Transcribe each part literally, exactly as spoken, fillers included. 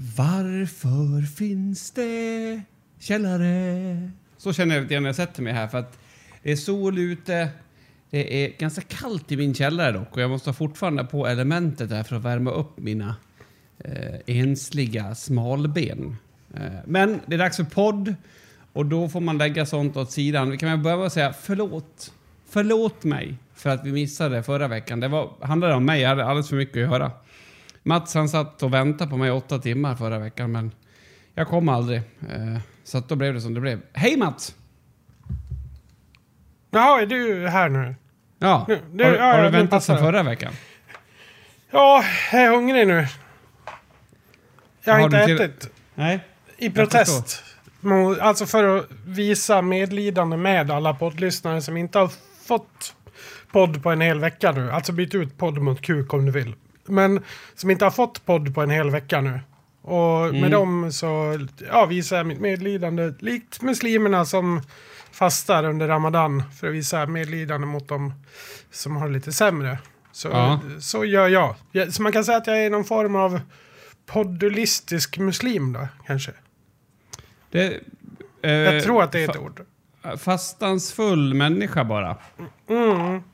Varför finns det källare? Så känner jag lite när jag sätter mig här. För att det är sol ute. Det är ganska kallt i min källare dock. Och jag måste fortfarande på elementet här för att värma upp mina eh, ensliga smalben. Eh, men det är dags för podd. Och då får man lägga sånt åt sidan. Vi kan väl börja med att säga förlåt. Förlåt mig för att vi missade förra veckan. Det var, handlade om mig. Jag hade alldeles för mycket att göra. Mats han satt och väntade på mig åtta timmar förra veckan. Men jag kom aldrig. Eh, så att då blev det som det blev. Hej Mats! Jaha, är du här nu? Ja, nu, du, har, ja, har ja, du väntat sedan förra veckan? Ja, jag är hungrig nu. Jag har, har inte till... ätit. Nej. I protest. Mot, alltså för att visa medlidande med alla poddlyssnare som inte har fått podd på en hel vecka nu. Alltså byt ut podd mot kuk om du vill. Men som inte har fått podd på en hel vecka nu. Och mm. med dem så ja, visar jag mitt medlidande. Likt muslimerna som fastar under Ramadan. För att visa medlidande mot dem som har lite sämre. Så, ja. så gör jag. Så man kan säga att jag är någon form av poddulistisk muslim då, kanske. Det, eh, jag tror att det är ett fa- ord. Fastansfull människa bara. Mm.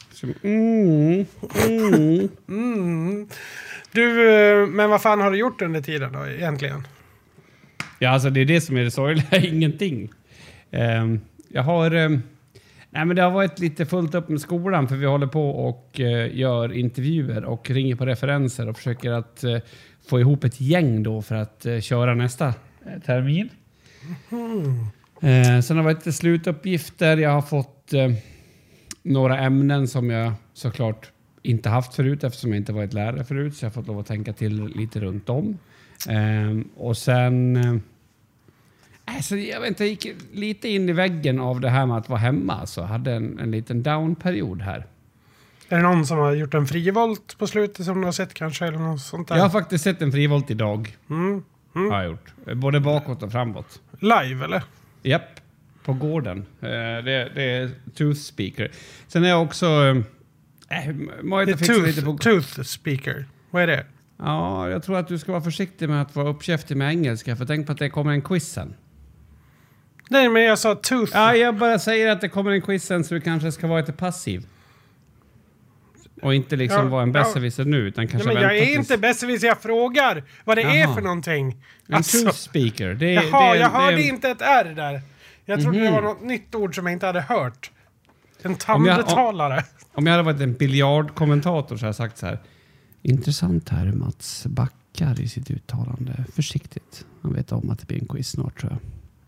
Mm. Mm. Mm. Du, men vad fan har du gjort under tiden då egentligen? Ja, alltså det är det som är det sorgliga. Ingenting. Um, jag har... Um, nej, men det har varit lite fullt upp med skolan för vi håller på och uh, gör intervjuer och ringer på referenser och försöker att uh, få ihop ett gäng då för att uh, köra nästa uh, termin. Mm. Uh, sen har det varit lite slutuppgifter. Jag har fått uh, några ämnen som jag såklart inte haft förut eftersom jag inte varit lärare förut. Så jag har fått lov att tänka till lite runt om. Uh, och sen... Uh, Alltså, jag vet inte, jag gick lite in i väggen av det här med att vara hemma. Så jag hade en, en liten down-period här. Är det någon som har gjort en frivolt på slutet som du har sett kanske? Eller något sånt där? Jag har faktiskt sett en frivolt idag. Mm. Mm. Har jag gjort. Både bakåt och framåt. Live eller? Japp, på gården. Uh, det, det är tooth speaker. Sen är jag också... Uh, det är tooth, lite på... tooth speaker. Vad är det? Ja, jag tror att du ska vara försiktig med att vara uppkäftig med engelska. För tänk på att det kommer en quiz sen. Nej, men jag sa tooth. Ja, jag bara säger att det kommer en quiz sen så du kanske ska vara lite passiv. Och inte liksom ja, vara en besserwisser ja. nu, utan kanske ja, men jag är tills... inte besserwisser, jag frågar vad det Jaha. är för någonting. En alltså, tooth speaker. Det, Jaha, det, jag det, hörde det, inte ett R där. Jag trodde mm-hmm. det var något nytt ord som jag inte hade hört. En tandbetalare. Om, om, om jag hade varit en biljardkommentator så hade jag sagt så här. Intressant här, Mats backar i sitt uttalande. Försiktigt. Han vet om att det blir en quiz snart, tror jag.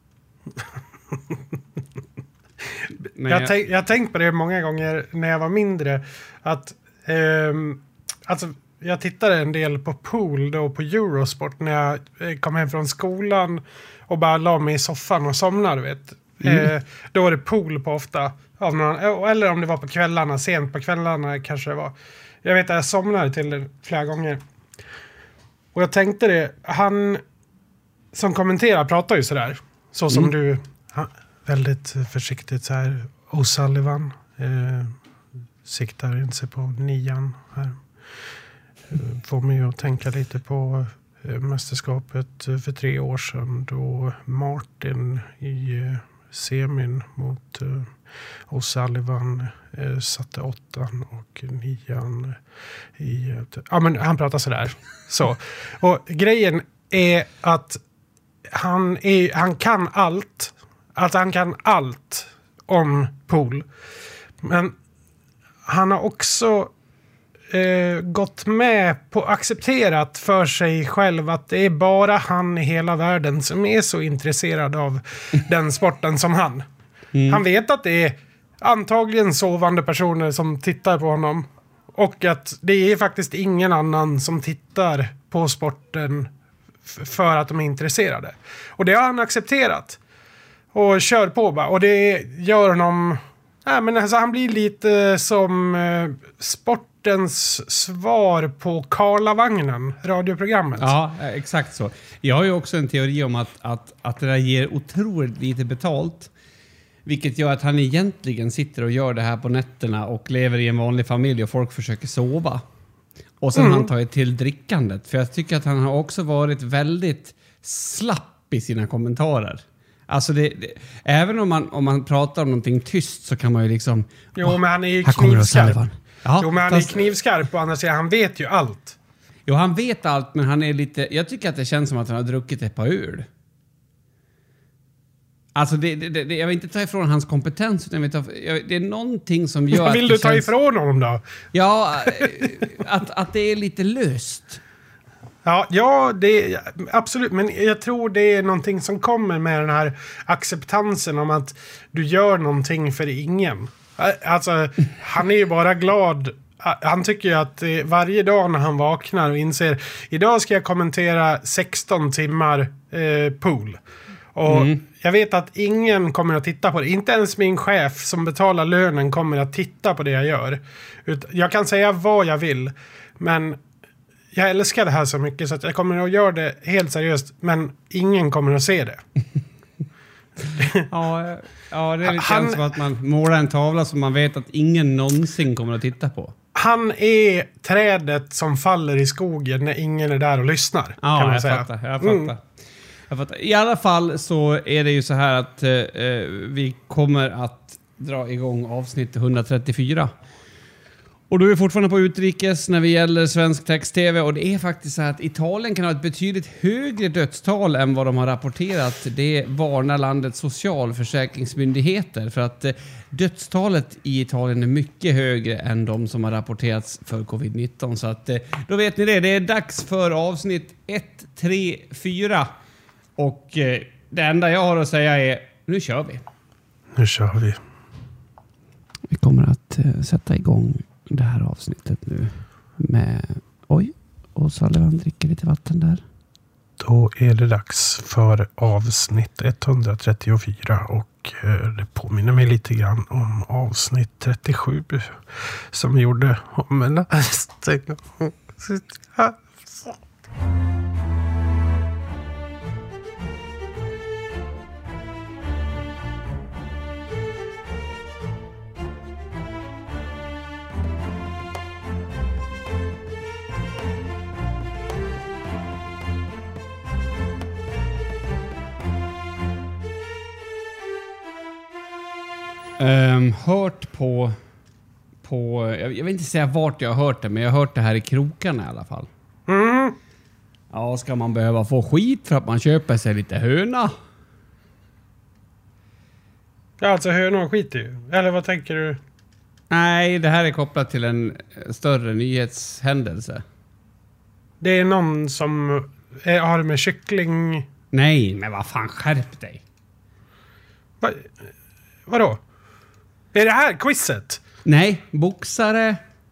jag jag, tänk, jag har tänkt på det många gånger när jag var mindre. Att um, alltså, jag tittade en del på pool då på Eurosport när jag kom hem från skolan och bara la mig i soffan och somnade, vet. Mm. Eh, då var det pool på ofta. Av någon, eller om det var på kvällarna, sent på kvällarna kanske det var. Jag vet att jag somnade till det flera gånger. Och jag tänkte det, han som kommenterar pratar ju sådär. Så som mm. du, ha, väldigt försiktigt så här, O'Sullivan. Eh, siktar in sig på nian här. Eh, får mig att tänka lite på eh, mästerskapet för tre år sedan. Då Martin i eh, semin mot eh, O'Sullivan eh, satte åttan och nian i... Ja, ah, men han pratar sådär. Så. Och grejen är att han, är, han kan allt. Alltså han kan allt om pool. Men han har också eh, gått med på, accepterat för sig själv att det är bara han i hela världen som är så intresserad av den sporten som han. Mm. Han vet att det är antagligen sovande personer som tittar på honom. Och att det är faktiskt ingen annan som tittar på sporten f- för att de är intresserade. Och det har han accepterat. Och kör på bara. Och det gör honom... Nej, men alltså, han blir lite som eh, sportens svar på Karlavagnen, radioprogrammet. Ja, exakt så. Jag har ju också en teori om att, att, att det där ger otroligt lite betalt. Vilket gör att han egentligen sitter och gör det här på nätterna och lever i en vanlig familj och folk försöker sova. Och sen Mm. har han tagit till drickandet. För jag tycker att han har också varit väldigt slapp i sina kommentarer. Alltså det, det, även om man, om man pratar om någonting tyst så kan man ju liksom... Jo, men han är ju här kommer knivskarp. O'Sullivan. Ja, jo, men han fast, är knivskarp och andra sidan, han vet ju allt. Jo, han vet allt, men han är lite... Jag tycker att det känns som att han har druckit ett par öl. Alltså, det, det, det, jag vill inte ta ifrån hans kompetens, utan jag vill ta, jag, det är någonting som gör Vad vill att du det ta känns, ifrån honom då? Ja, att, att det är lite löst. Ja, ja det, absolut. Men jag tror det är någonting som kommer med den här acceptansen om att du gör någonting för ingen. Alltså, han är ju bara glad. Han tycker ju att varje dag när han vaknar och inser idag ska jag kommentera sexton timmar eh, pool. Och mm. jag vet att ingen kommer att titta på det. Inte ens min chef som betalar lönen kommer att titta på det jag gör. Jag kan säga vad jag vill. Men jag älskar det här så mycket så att jag kommer att göra det helt seriöst. Men ingen kommer att se det. ja, ja, det är lite han, som att man målar en tavla som man vet att ingen någonsin kommer att titta på. Han är trädet som faller i skogen när ingen är där och lyssnar. Ja, kan man jag säga. fattar. Jag fattar. Mm. jag fattar. I alla fall så är det ju så här att eh, vi kommer att dra igång avsnitt etthundratrettiofyra. Och då är vi fortfarande på utrikes när vi gäller svensk text-tv. Och det är faktiskt så här att Italien kan ha ett betydligt högre dödstal än vad de har rapporterat. Det varnar landets socialförsäkringsmyndigheter. För att eh, dödstalet i Italien är mycket högre än de som har rapporterats för covid nitton. Så att eh, då vet ni det. Det är dags för avsnitt etthundratrettiofyra. Och eh, det enda jag har att säga är, nu kör vi. Nu kör vi. Vi kommer att eh, sätta igång det här avsnittet nu med... Oj, och Sullivan dricker lite vatten där. Då är det dags för avsnitt etthundratrettiofyra och eh, det påminner mig lite grann om avsnitt trettiosju som vi gjorde om en Um, hört på, på jag, jag vill inte säga vart jag har hört det, men jag har hört det här i krokarna i alla fall. Mm. Ja, ska man behöva få skit för att man köper sig lite höna? Ja, alltså hönor skiter ju. Eller vad tänker du? Nej, det här är kopplat till en större nyhetshändelse. Det är någon som är, har med kyckling... Nej, men vad fan, skärp dig. Va, vadå? Är det här quizet? Nej, boxare.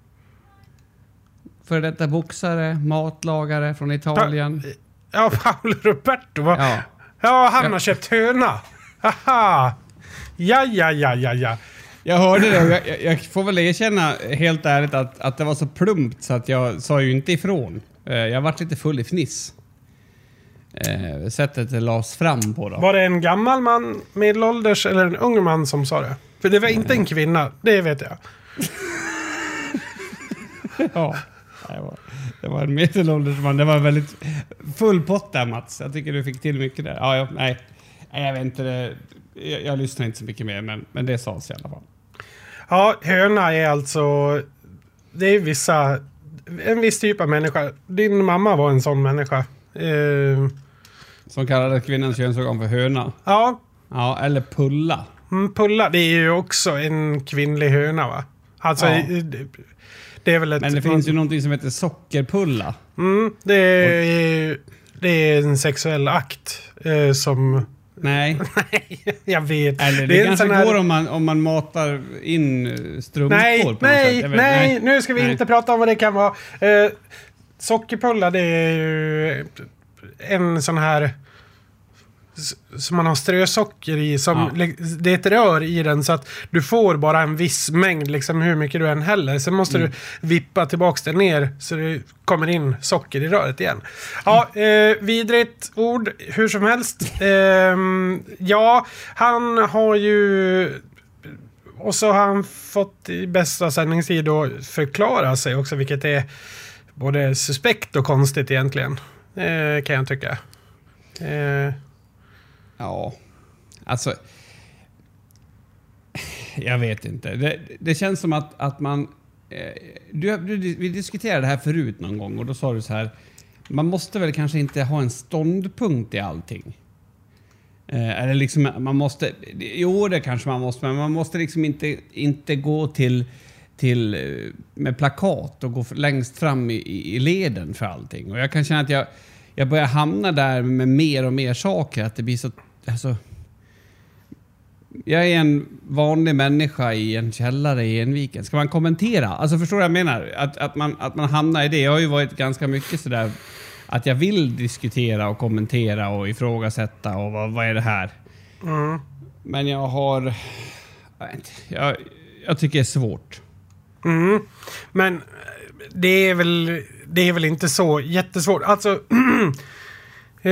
För detta boxare, matlagare från Italien. Pa, ja, Paolo Roberto. Va? Ja. ja, han ja. har köpt höna. Haha. Ja, ja, ja, ja, ja. Jag hörde det och jag, jag, jag får väl erkänna helt ärligt att, att det var så plumpt så att jag sa ju inte ifrån. Jag varit lite full i fniss. Eh, sättet det lades fram på då. Var det en gammal man, medelålders eller en ung man som sa det? För det var inte en kvinna, det vet jag. Ja, det var, det var en medelålders man. Det var väldigt full pott där, Mats. Jag tycker du fick till mycket där. Ja, ja nej. Jag vet inte det. Jag, jag lyssnar inte så mycket mer, men, men det sades i alla fall. Ja, höna är alltså... Det är vissa... En viss typ av människa. Din mamma var en sån människa. Eh, Som kallade kvinnans könsorgan för höna. ja. Ja, eller pulla. Mm, pulla, det är ju också en kvinnlig höna, va? Alltså, Ja. det, det är väl ett... Men det finns ju någonting som heter sockerpulla. Mm, det är, det är en sexuell akt eh, som... Nej. Nej, jag vet. Eller det, det är kanske här... går om man, om man matar in strumpor Nej, på något nej, sätt. nej, nej, nu ska vi nej. inte prata om vad det kan vara. Eh, sockerpulla, det är ju en sån här som man har strösocker i. Som, ja. Det är ett rör i den så att du får bara en viss mängd, liksom hur mycket du än häller. Sen måste mm. du vippa tillbaks den ner så det kommer in socker i röret igen. Ja, eh, vidrigt ord, hur som helst. Eh, ja, han har ju... Och så har han fått i bästa sändningstid att förklara sig också, vilket är både suspekt och konstigt egentligen. Eh, kan jag tycka. Eh. Ja, alltså... Jag vet inte. Det, det känns som att, att man... Eh, du, du, vi diskuterade det här förut någon gång och då sa du så här... Man måste väl kanske inte ha en ståndpunkt i allting. Eh, eller liksom man måste... Jo, det kanske man måste, men man måste liksom inte, inte gå till... till med plakat och gå längst fram i, i leden för allting. Och jag kan känna att jag, jag börjar hamna där med mer och mer saker. Att det blir så... Alltså, jag är en vanlig människa i en källare i Enviken. Ska man kommentera? Alltså förstår du vad jag menar? Att, att, man, att man hamnar i det. Jag har ju varit ganska mycket sådär att jag vill diskutera och kommentera och ifrågasätta och vad, vad är det här? Mm. Men jag har... Jag, jag tycker det är svårt. Mm. Men det är väl det är väl inte så jättesvårt. Alltså eh,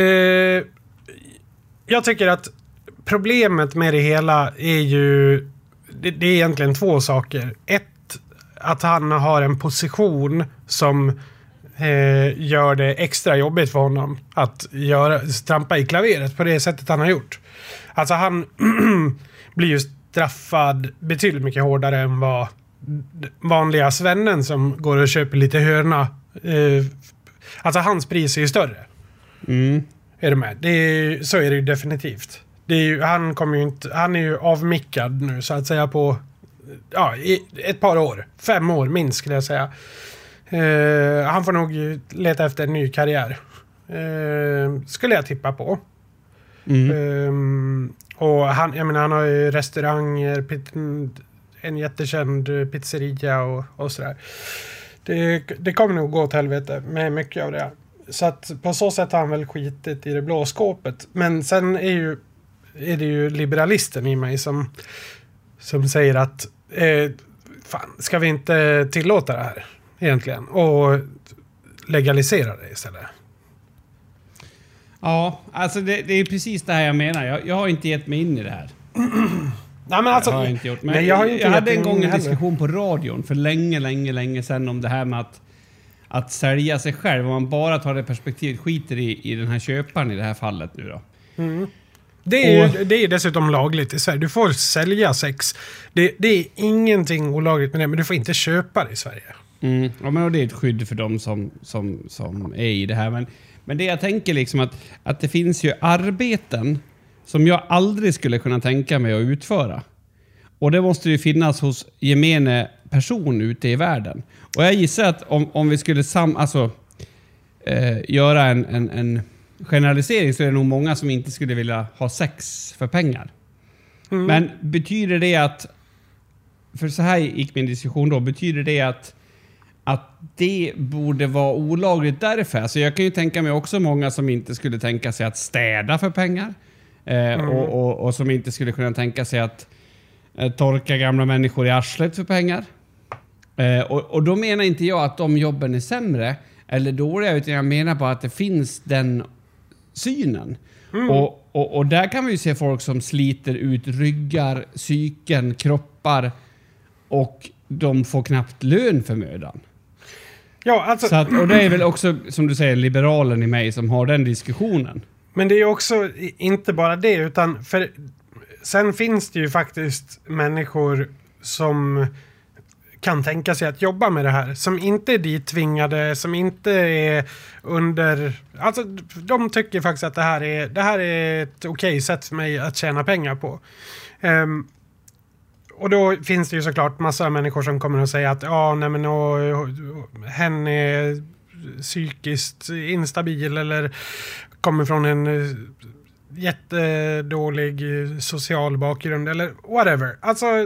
jag tycker att problemet med det hela är ju det, det är egentligen två saker. Ett, att han har en position som eh, gör det extra jobbigt för honom att göra, trampa i klaveret på det sättet han har gjort. Alltså han blir ju straffad betydligt mycket hårdare än vad vanliga svennen som går och köper lite hörna. Eh, alltså hans pris är ju större. Mm. Är du med? Det är, så är det ju definitivt. Det är ju, han, kommer ju inte, han är ju avmickad nu så att säga på ja, i ett par år. Fem år minst skulle jag säga. Eh, han får nog leta efter en ny karriär. Eh, skulle jag tippa på. Mm. Eh, och han, jag menar, han har ju restauranger, pit, en jättekänd pizzeria och, och sådär. Det, det kommer nog gå åt helvete med mycket av det. Så att på så sätt har han väl skitit i det blå skåpet. Men sen är ju är det ju liberalisten i mig som som säger att eh, fan, ska vi inte tillåta det här egentligen och legalisera det istället? Ja, alltså det, det är precis det här jag menar. Jag, jag har inte gett mig in i det här. Nej, men alltså, jag har inte gjort. Men nej, jag, har inte jag hade en gång en heller. diskussion på radion för länge, länge, länge sedan om det här med att att sälja sig själv. Om man bara tar det perspektivet, skiter i, i den här köparen i det här fallet nu då. Mm. Det är, och, det är dessutom lagligt i Sverige. Du får sälja sex. Det, det är ingenting olagligt med det, men du får inte köpa det i Sverige. Mm, ja, men det är ett skydd för dem som, som, som är i det här. Men, men det jag tänker liksom att, att det finns ju arbeten som jag aldrig skulle kunna tänka mig att utföra. Och det måste ju finnas hos gemene person ute i världen. Och jag gissar att om, om vi skulle sam, alltså, eh, göra en, en, en generalisering så är det nog många som inte skulle vilja ha sex för pengar. Mm. Men betyder det att, för så här gick min diskussion då, betyder det att, att det borde vara olagligt därför? Alltså jag kan ju tänka mig också många som inte skulle tänka sig att städa för pengar. Eh, mm. och, och, och som inte skulle kunna tänka sig att eh, torka gamla människor i arslet för pengar. Eh, och, och då menar inte jag att de jobben är sämre eller dåliga, utan jag menar bara att det finns den synen. Mm. Och, och, och där kan vi ju se folk som sliter ut ryggar, psyken, kroppar och de får knappt lön för mödan. Ja, alltså... Så att, och det är väl också, som du säger, liberalen i mig som har den diskussionen. Men det är också inte bara det, utan för sen finns det ju faktiskt människor som kan tänka sig att jobba med det här. Som inte är dittvingade, som inte är under... Alltså, de tycker faktiskt att det här är, det här är ett okej sätt för mig att tjäna pengar på. Um, och då finns det ju såklart massa människor som kommer att säga att ja, nej men och, och, och, hen är psykiskt instabil eller kommer från en jättedålig social bakgrund eller whatever. Alltså,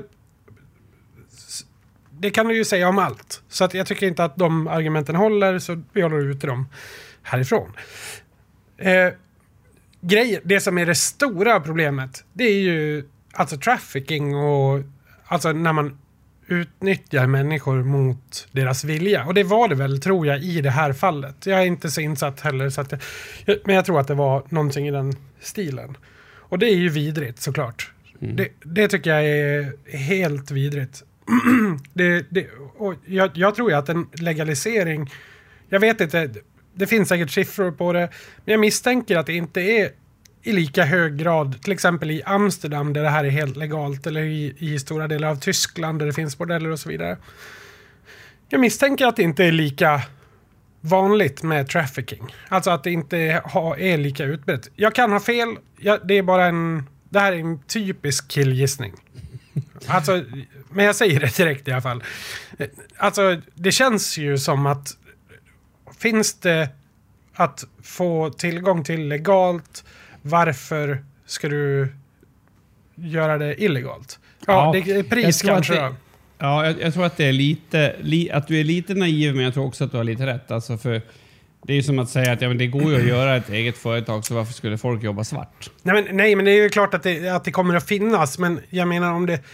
det kan du ju säga om allt. Så att jag tycker inte att de argumenten håller, så vi håller ut dem härifrån. Eh, grejer, det som är det stora problemet, det är ju alltså trafficking och alltså när man utnyttjar människor mot deras vilja. Och det var det väl, tror jag, i det här fallet. Jag är inte så insatt heller, så att jag, men jag tror att det var någonting i den stilen. Och det är ju vidrigt, såklart. Mm. Det, det tycker jag är helt vidrigt. det, det, och jag, jag tror ju att en legalisering jag vet inte, det finns säkert siffror på det, men jag misstänker att det inte är i lika hög grad, till exempel i Amsterdam där det här är helt legalt, eller i, i stora delar av Tyskland där det finns bordeller och så vidare. Jag misstänker att det inte är lika vanligt med trafficking. Alltså att det inte ha, är lika utbrett. Jag kan ha fel, jag, det är bara en, det här är en typisk killgissning. Alltså, men jag säger det direkt i alla fall. Alltså, det känns ju som att finns det att få tillgång till legalt, varför ska du göra det illegalt? Ja, ja det är pris kanske. Det, ja, jag, jag tror att det är lite, li, att du är lite naiv, men jag tror också att du har lite rätt. Alltså för det är ju som att säga att ja, men det går ju att göra ett eget företag, så varför skulle folk jobba svart? Nej, men, nej, men det är ju klart att det, att det kommer att finnas, men jag menar om det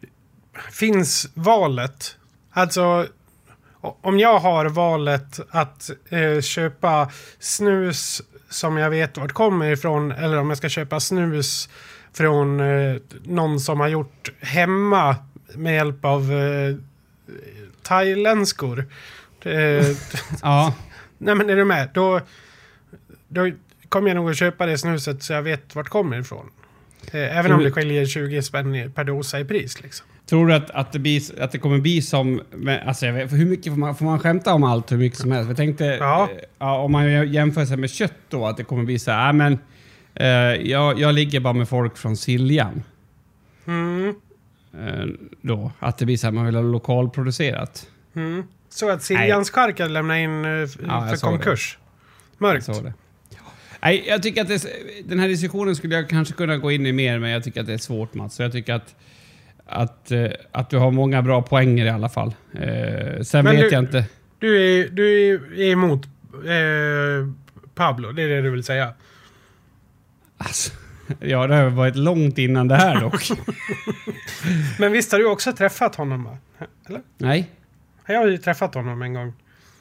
finns valet. Alltså, om jag har valet att eh, köpa snus som jag vet vart kommer ifrån, eller om jag ska köpa snus från eh, någon som har gjort hemma med hjälp av eh, thailändskor. Eh, ja. Nej, men är du med? Då, då kommer jag nog att köpa det snuset så jag vet vart det kommer ifrån. Eh, även tror om det skiljer tjugo spänn per dosa i pris liksom. Tror du att, att, det, blir, att det kommer bli som... Alltså jag vet, för hur mycket får man, får man skämta om allt hur mycket som helst? Jag tänkte, ja. eh, om man jämför sig med kött då, att det kommer bli så här, äh, men eh, jag, jag ligger bara med folk från Siljan. Mm. Eh, då, att det blir så här, man vill ha lokalproducerat. Mm. Så att Siljans Karkar lämnar in uh, ja, för konkurs. Det. Mörkt. Jag det. Nej, jag tycker att det, den här diskussionen skulle jag kanske kunna gå in i mer, men jag tycker att det är svårt, Mats. Så jag tycker att Att, att du har många bra poänger i alla fall. Eh, sen men vet du, jag inte. Du är, du är emot eh, Pablo, det är det du vill säga. Alltså, ja, det har varit långt innan det här dock. Men visst har du också träffat honom, va? Eller? Nej. Jag har ju träffat honom en gång.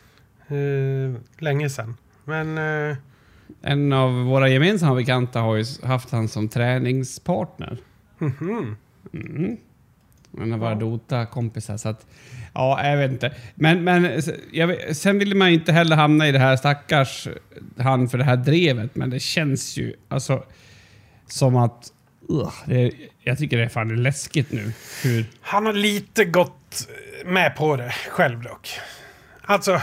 Eh, länge sedan. Men... Eh, en av våra gemensamma bekanta har ju haft han som träningspartner. Mhm. Mm. Man har bara ja. Dota-kompisar, så att ja, jag vet inte. Men, men jag, sen vill man ju inte heller hamna i det här stackars han för det här drevet, men det känns ju alltså som att uh, det är, jag tycker det är fan läskigt nu. Hur? Han har lite gått med på det själv dock. Alltså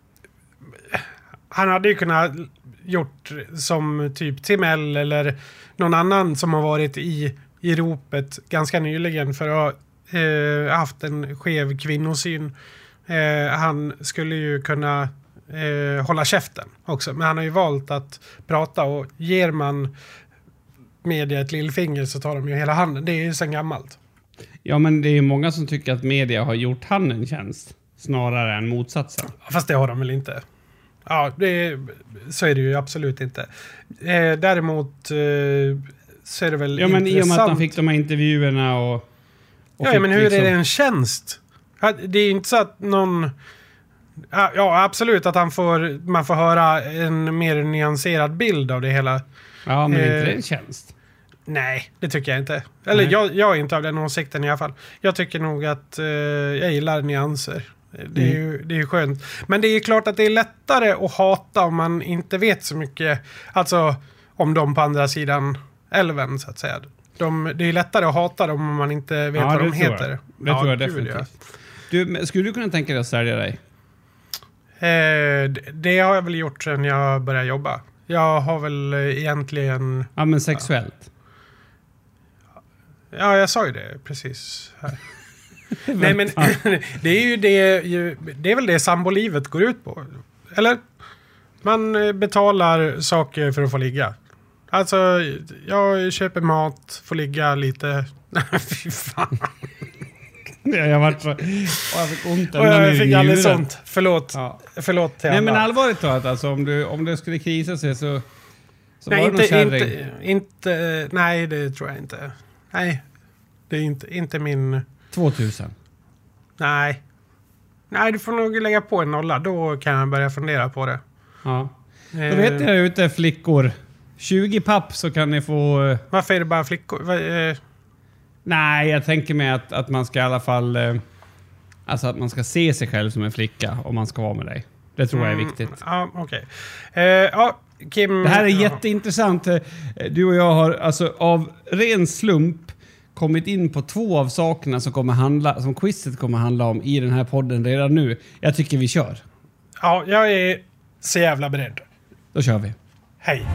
han hade ju kunnat gjort som typ Tim L eller någon annan som har varit i i ropet ganska nyligen för att ha eh, haft en skev kvinnosyn. Eh, han skulle ju kunna eh, hålla käften också. Men han har ju valt att prata, och ger man media ett lillfinger så tar de ju hela handen. Det är ju sedan gammalt. Ja, men det är ju många som tycker att media har gjort han en tjänst snarare än motsatsen. Fast det har de väl inte. Ja, det är, så är det ju absolut inte. Eh, däremot... Eh, så är det väl ja, men intressant. I och med att de fick de här intervjuerna och... och ja, men hur liksom... är det en tjänst? Det är inte så att någon... Ja, absolut att han får, man får höra en mer nyanserad bild av det hela. Ja, men eh, inte det en tjänst? Nej, det tycker jag inte. Eller jag, jag är inte av den åsikten i alla fall. Jag tycker nog att eh, jag gillar nyanser. Det är, mm. ju, det är ju skönt. Men det är klart att det är lättare att hata om man inte vet så mycket. Alltså om de på andra sidan... älven, så att säga. De, det är lättare att hata dem om man inte vet ja, vad de heter. Jag. Det ja, tror jag definitivt. Ja. Du, skulle du kunna tänka dig att sälja dig? Eh, det, det har jag väl gjort sedan jag började jobba. Jag har väl egentligen... Ja, men sexuellt? Ja, ja jag sa ju det precis här. Nej, men det är ju det... Det är väl det sambolivet går ut på. Eller? Man betalar saker för att få ligga. Alltså, jag köper mat, får ligga lite... Fy fan. Ja, jag var så... Och jag fick ont. Och jag fick alldeles sånt. Förlåt. Ja. Förlåt till Nej, alla. men allvarligt talat, alltså, om du, om du skulle krisa sig så... så nej, var inte, inte, inte... Nej, det tror jag inte. Nej, det är inte, inte min... tvåtusen? Nej. Nej, du får nog lägga på en nolla. Då kan jag börja fundera på det. Ja. Då vet jag ute, flickor... tjugo papp så kan ni få... Varför är det bara flickor? Va, eh... Nej, jag tänker mig att, att man ska i alla fall... Eh, alltså att man ska se sig själv som en flicka om man ska vara med dig. Det tror jag är viktigt. Mm, ja, okej. Okay. Uh, ja, Kim... Det här är ja. jätteintressant. Du och jag har alltså av ren slump kommit in på två av sakerna som kommer handla, som quizet kommer handla om i den här podden redan nu. Jag tycker vi kör. Ja, jag är så jävla beredd. Då kör vi. Hej.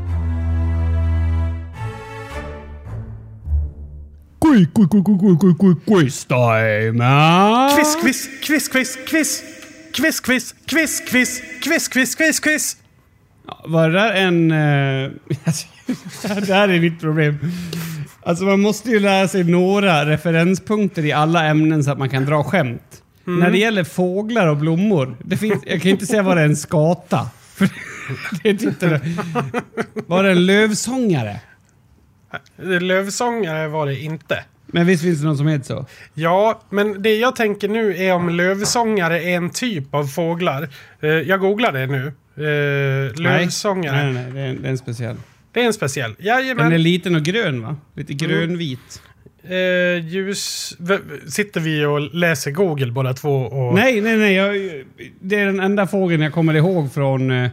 Quiz, quiz, quiz, quiz, quiz, quiz, quiz time! Quiz, quiz, quiz, quiz, quiz. Quiz, quiz, quiz, quiz, quiz, quiz, quiz, quiz. Ja, var det där en... Uh, det här är mitt problem. Alltså man måste ju lära sig några referenspunkter i alla ämnen så att man kan dra skämt. Mm. När det gäller fåglar och blommor, det finns, jag kan inte säga vad det är en skata. För det är inte det. Var det en lövsångare? Lövsångare var det inte. Men visst finns det någon som heter så? Ja, men det jag tänker nu är om lövsångare är en typ av fåglar. Uh, jag googlar det nu. Uh, lövsångare. Nej, nej, nej, det är en, det är en speciell. Det är en speciell. Jajamän. Den är liten och grön, va? Lite grönvit. Uh, ljus... V- sitter vi och läser Google båda två? Och... Nej, nej, nej. Jag, det är den enda fågeln jag kommer ihåg från uh,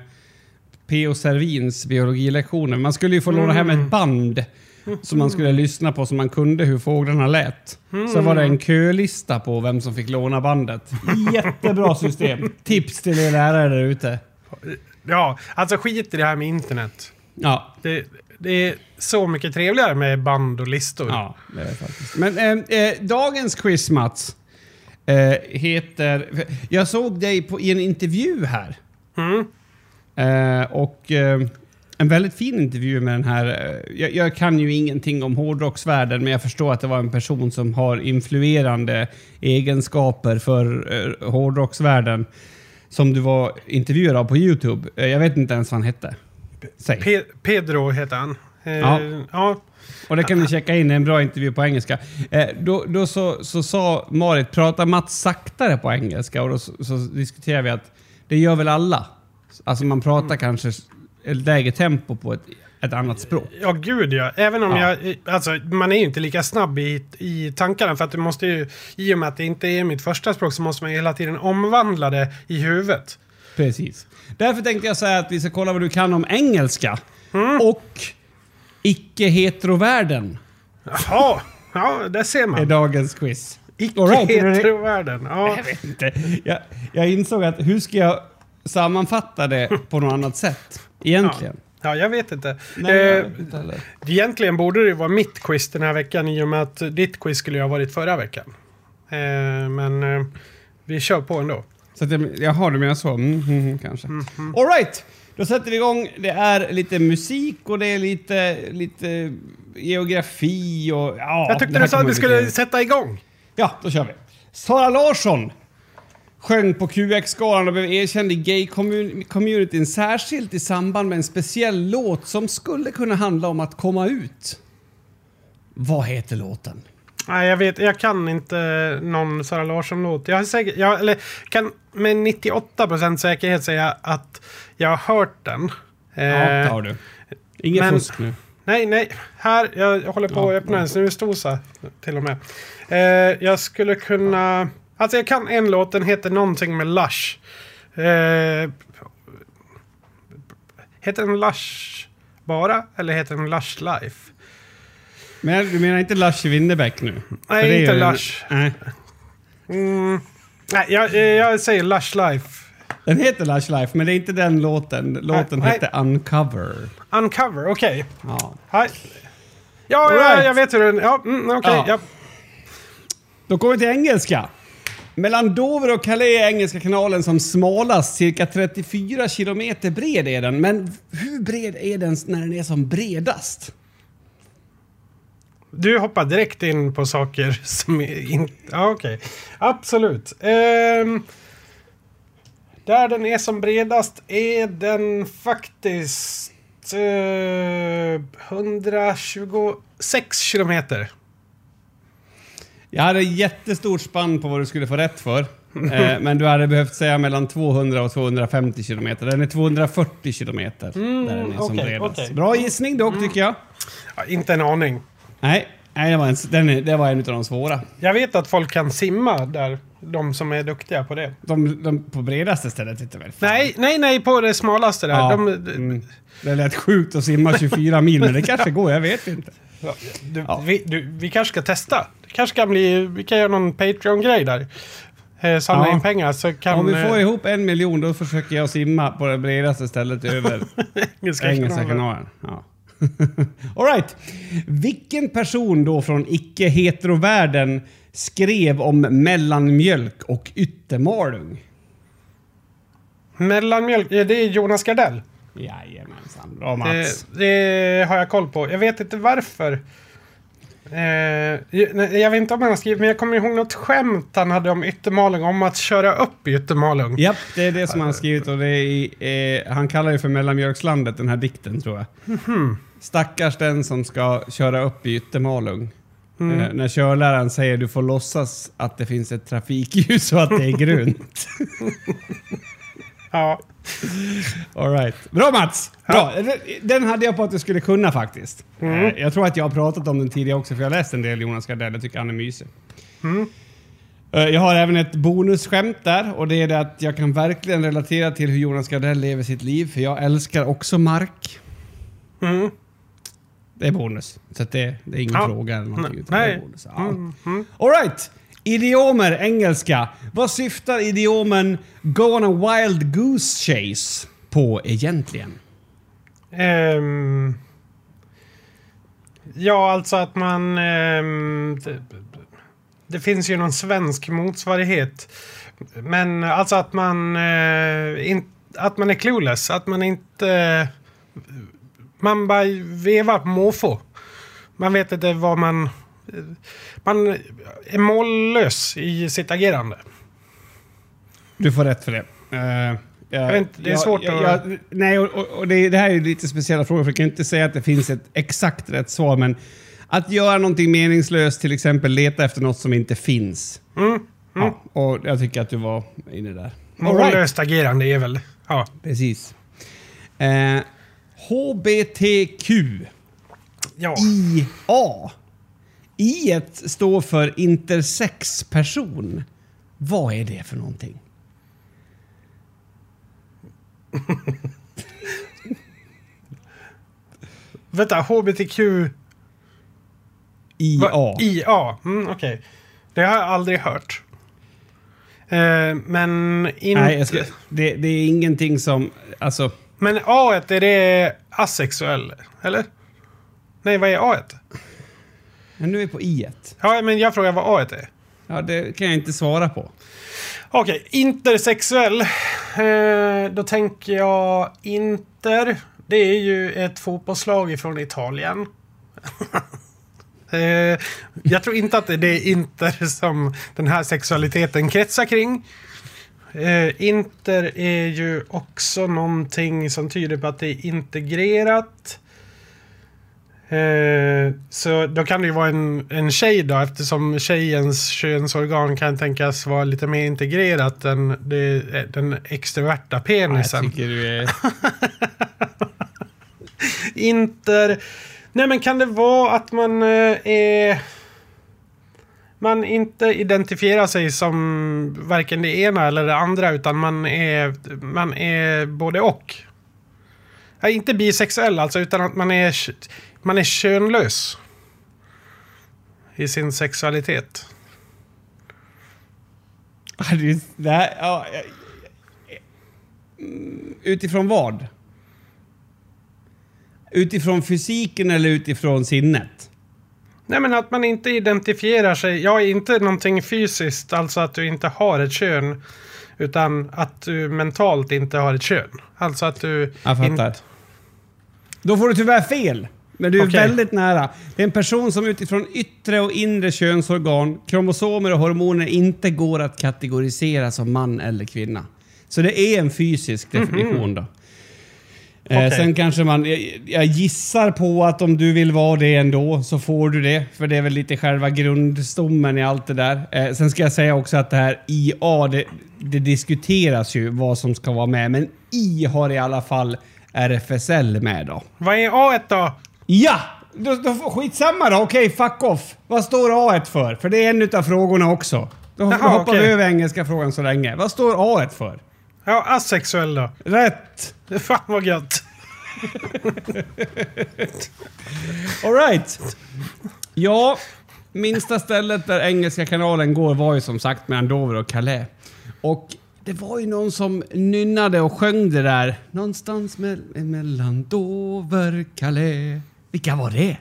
P O Servins biologilektioner. Man skulle ju få låna hem ett band som man skulle lyssna på så man kunde hur fåglarna lät. Mm. Så var det en kölista på vem som fick låna bandet. Jättebra system. Tips till er lärare där ute. Ja, alltså skit i det här med internet. Ja. Det, det är så mycket trevligare med band och listor. Ja, det är det faktiskt. Men eh, eh, dagens quiz, Mats, eh, heter... Jag såg dig på, i en intervju här. Mm. Eh, och... Eh, En väldigt fin intervju med den här... Jag, jag kan ju ingenting om hårdrocksvärlden, men jag förstår att det var en person som har influerande egenskaper för uh, hårdrocksvärlden som du var intervjuad av på YouTube. Uh, jag vet inte ens vad han hette. Säg. Pe- Pedro heter han. Uh, ja. ja. Och det kan ni checka in, en bra intervju på engelska. Uh, då då så, så sa Marit, prata Mats saktare på engelska, och då så, så diskuterade vi att det gör väl alla. Alltså man pratar mm. kanske... lägre tempo på ett, ett annat språk. Ja, gud ja. Även om ja. jag... Alltså, man är ju inte lika snabb i, i tankarna, för att du måste ju... I och med att det inte är mitt första språk så måste man hela tiden omvandla det i huvudet. Precis. Därför tänkte jag säga att vi ska kolla vad du kan om engelska. Mm. Och icke-heterovärlden. Jaha, ja, det ser man. Är dagens quiz. Icke-heterovärlden, ja. Jag vet inte. Jag, jag insåg att hur ska jag sammanfatta det på något annat sätt? Egentligen. Ja, ja jag vet inte. Nej, jag eh, vet inte heller. Egentligen borde det vara mitt quiz den här veckan, i och med att ditt quiz skulle ju ha varit förra veckan. Eh, men eh, vi kör på ändå. Så att jag, jaha, du menar så? Mm, mm, kanske. Mm, mm. All right. Då sätter vi igång. Det är lite musik och det är lite, lite geografi och... Ja, jag tyckte du sa att du skulle lite... sätta igång. Ja, då kör vi. Sara Larsson sjöng på Q X-skalan och blev erkänd i gay-communityn särskilt i samband med en speciell låt som skulle kunna handla om att komma ut. Vad heter låten? Nej, jag vet, jag kan inte någon Sara Larsson-låt. Jag har säkert, jag eller, kan med nittioåtta procent säkerhet säga att jag har hört den. Ja, det har du. Inget men, fusk nu. Nej, nej. Här, jag, jag håller på ja, att öppna en snusdosa till och med. Eh, jag skulle kunna... Alltså jag kan en låt, den heter någonting med Lush. Eh, heter den Lush bara? Eller heter den Lush Life? Men du menar inte Lush i Winnerbäck nu? Nej, inte ju... Lush. Nej, mm, nej jag, jag säger Lush Life. Den heter Lush Life, men det är inte den låten. Låten nej, heter nej. Uncover. Uncover, okej. Okay. Ja. Hi. Ja, right. ja, jag vet hur den... Ja, mm, okej. Okay, ja. Ja. Då kommer vi till engelska. Mellan Dover och Calais är Engelska kanalen som smalast, cirka trettiofyra kilometer bred är den. Men hur bred är den när den är som bredast? Du hoppar direkt in på saker som är inte... Ja, okej. Okay. Absolut. Ehm, där den är som bredast är den faktiskt eh, etthundratjugosex kilometer. Jag hade jättestort spann på vad du skulle få rätt för. eh, men du hade behövt säga mellan tvåhundra och tvåhundrafemtio kilometer. Den är tvåhundrafyrtio kilometer. Mm, där den är okay, som bredast. Okay. Bra gissning dock, mm. tycker jag. Ja, inte en aning. Nej. Nej, det var en, den, det var en av de svåra. Jag vet att folk kan simma där. De som är duktiga på det. De, de på bredaste stället inte väl? Nej, nej, nej, på det smalaste där. Ja, de, mm. Det lät sjukt att simma tjugofyra mil, men det kanske går, jag vet inte. Ja, du, ja. vi, du, vi kanske ska testa. Det kanske kan bli, vi kan göra någon Patreon-grej där. Eh, samla ja. in pengar så kan... Om vi får ihop en miljon, då försöker jag simma på det bredaste stället över Engelska, Engelska kanalen. Ja. All right. Vilken person då från icke-heterovärlden skrev om mellanmjölk och yttermalung? Mellanmjölk, det är Jonas Gardell. Jajamensan, bra Mats. Det, det har jag koll på. Jag vet inte varför. Eh, jag vet inte om han har skrivit, men jag kommer ihåg något skämt han hade om yttermalung, om att köra upp i yttermalung. Japp, det är det som han har skrivit, och det är, eh, han kallar det för mellanmjölkslandet, den här dikten, tror jag. Mm-hmm. Stackars den som ska köra upp i yttermalung. Mm. Eh, när körläraren säger du får låtsas att det finns ett trafikljus och att det är grönt. Ja. All right. Bra Mats! Bra. Ja. Den hade jag på att du skulle kunna faktiskt. Mm. Jag tror att jag har pratat om den tidigare också, för jag har läst en del Jonas Gardell. Jag tycker han är mysig. Mm. Jag har även ett bonusskämt där, och det är det att jag kan verkligen relatera till hur Jonas Gardell lever sitt liv, för jag älskar också mark. Mm. Det är bonus. Så att det, det är ingen ja. fråga eller någonting. Utan Nej. Det är bonus. Ja. Mm. Mm. All right. Idiomer, engelska. Vad syftar idiomen go on a wild goose chase på egentligen? Um, ja, alltså att man... Um, det, det finns ju någon svensk motsvarighet. Men alltså att man... Uh, in, att man är clueless. Att man inte... Uh, man bara vevar på måfå. Man vet inte vad man... Man är mållös i sitt agerande. Du får rätt för det. Uh, jag, jag vet inte, det är jag, svårt jag, att... Jag, nej, och, och det, det här är ju lite speciella frågor, för jag kan inte säga att det finns ett exakt rätt svar, men att göra någonting meningslöst, till exempel leta efter något som inte finns. Mm, mm. Ja, och jag tycker att du var inne där. Mållöst right. agerande är väl... Ja. Precis. Uh, H B T Q ja. I A. I står för intersexperson. Vad är det för någonting? Vänta, H B T Q... I A. I A, mm, okej. Okay. Det har jag aldrig hört. Eh, men inte... Nej, jag ska, det, det är ingenting som... Alltså... Men A är det asexuell, eller? Nej, vad är A? Men nu är vi på I. Ja, men jag frågar vad A är. Ja, det kan jag inte svara på. Okej, okay, intersexuell. Eh, då tänker jag Inter. Det är ju ett fotbollslag från Italien. eh, jag tror inte att det är Inter som den här sexualiteten kretsar kring. Eh, Inter är ju också någonting som tyder på att det är integrerat. Eh, så då kan det ju vara en, en tjej då, eftersom tjejens könsorgan kan tänkas vara lite mer integrerat än det, den extroverta penisen. Jag tycker du är... Inter... Nej, men kan det vara att man eh, är... Man inte identifierar sig som varken det ena eller det andra, utan man är, man är både och. Ja, inte bisexuell alltså, utan att man är... Man är könlös i sin sexualitet. Det här, ja, utifrån vad? Utifrån fysiken eller utifrån sinnet? Nej, men att man inte identifierar sig. Ja, inte någonting fysiskt, alltså att du inte har ett kön, utan att du mentalt inte har ett kön. Alltså att du... Jag fattar. Inte... Då får du tyvärr fel. Men du är okay. väldigt nära. Det är en person som utifrån yttre och inre könsorgan, kromosomer och hormoner inte går att kategorisera som man eller kvinna. Så det är en fysisk definition mm-hmm. då. Okay. Eh, sen kanske man... Jag, jag gissar på att om du vill vara det ändå så får du det. För det är väl lite själva grundstommen i allt det där. Eh, sen ska jag säga också att det här I A, det, det diskuteras ju vad som ska vara med. Men I har i alla fall R F S L med då. Vad är A då? Ja! Då, då, skitsamma då, okej, okay, fuck off. Vad står A ett för? För det är en av frågorna också. Då, Jaha, då hoppar okay. vi över engelska frågan så länge. Vad står A ett för? Ja, asexuell då. Rätt. Fan vad gött. All right. Ja, minsta stället där engelska kanalen går var ju som sagt mellan Dover och Calais. Och det var ju någon som nynnade och sjöng det där. Någonstans me- mellan Dover och Calais. Vilka var det?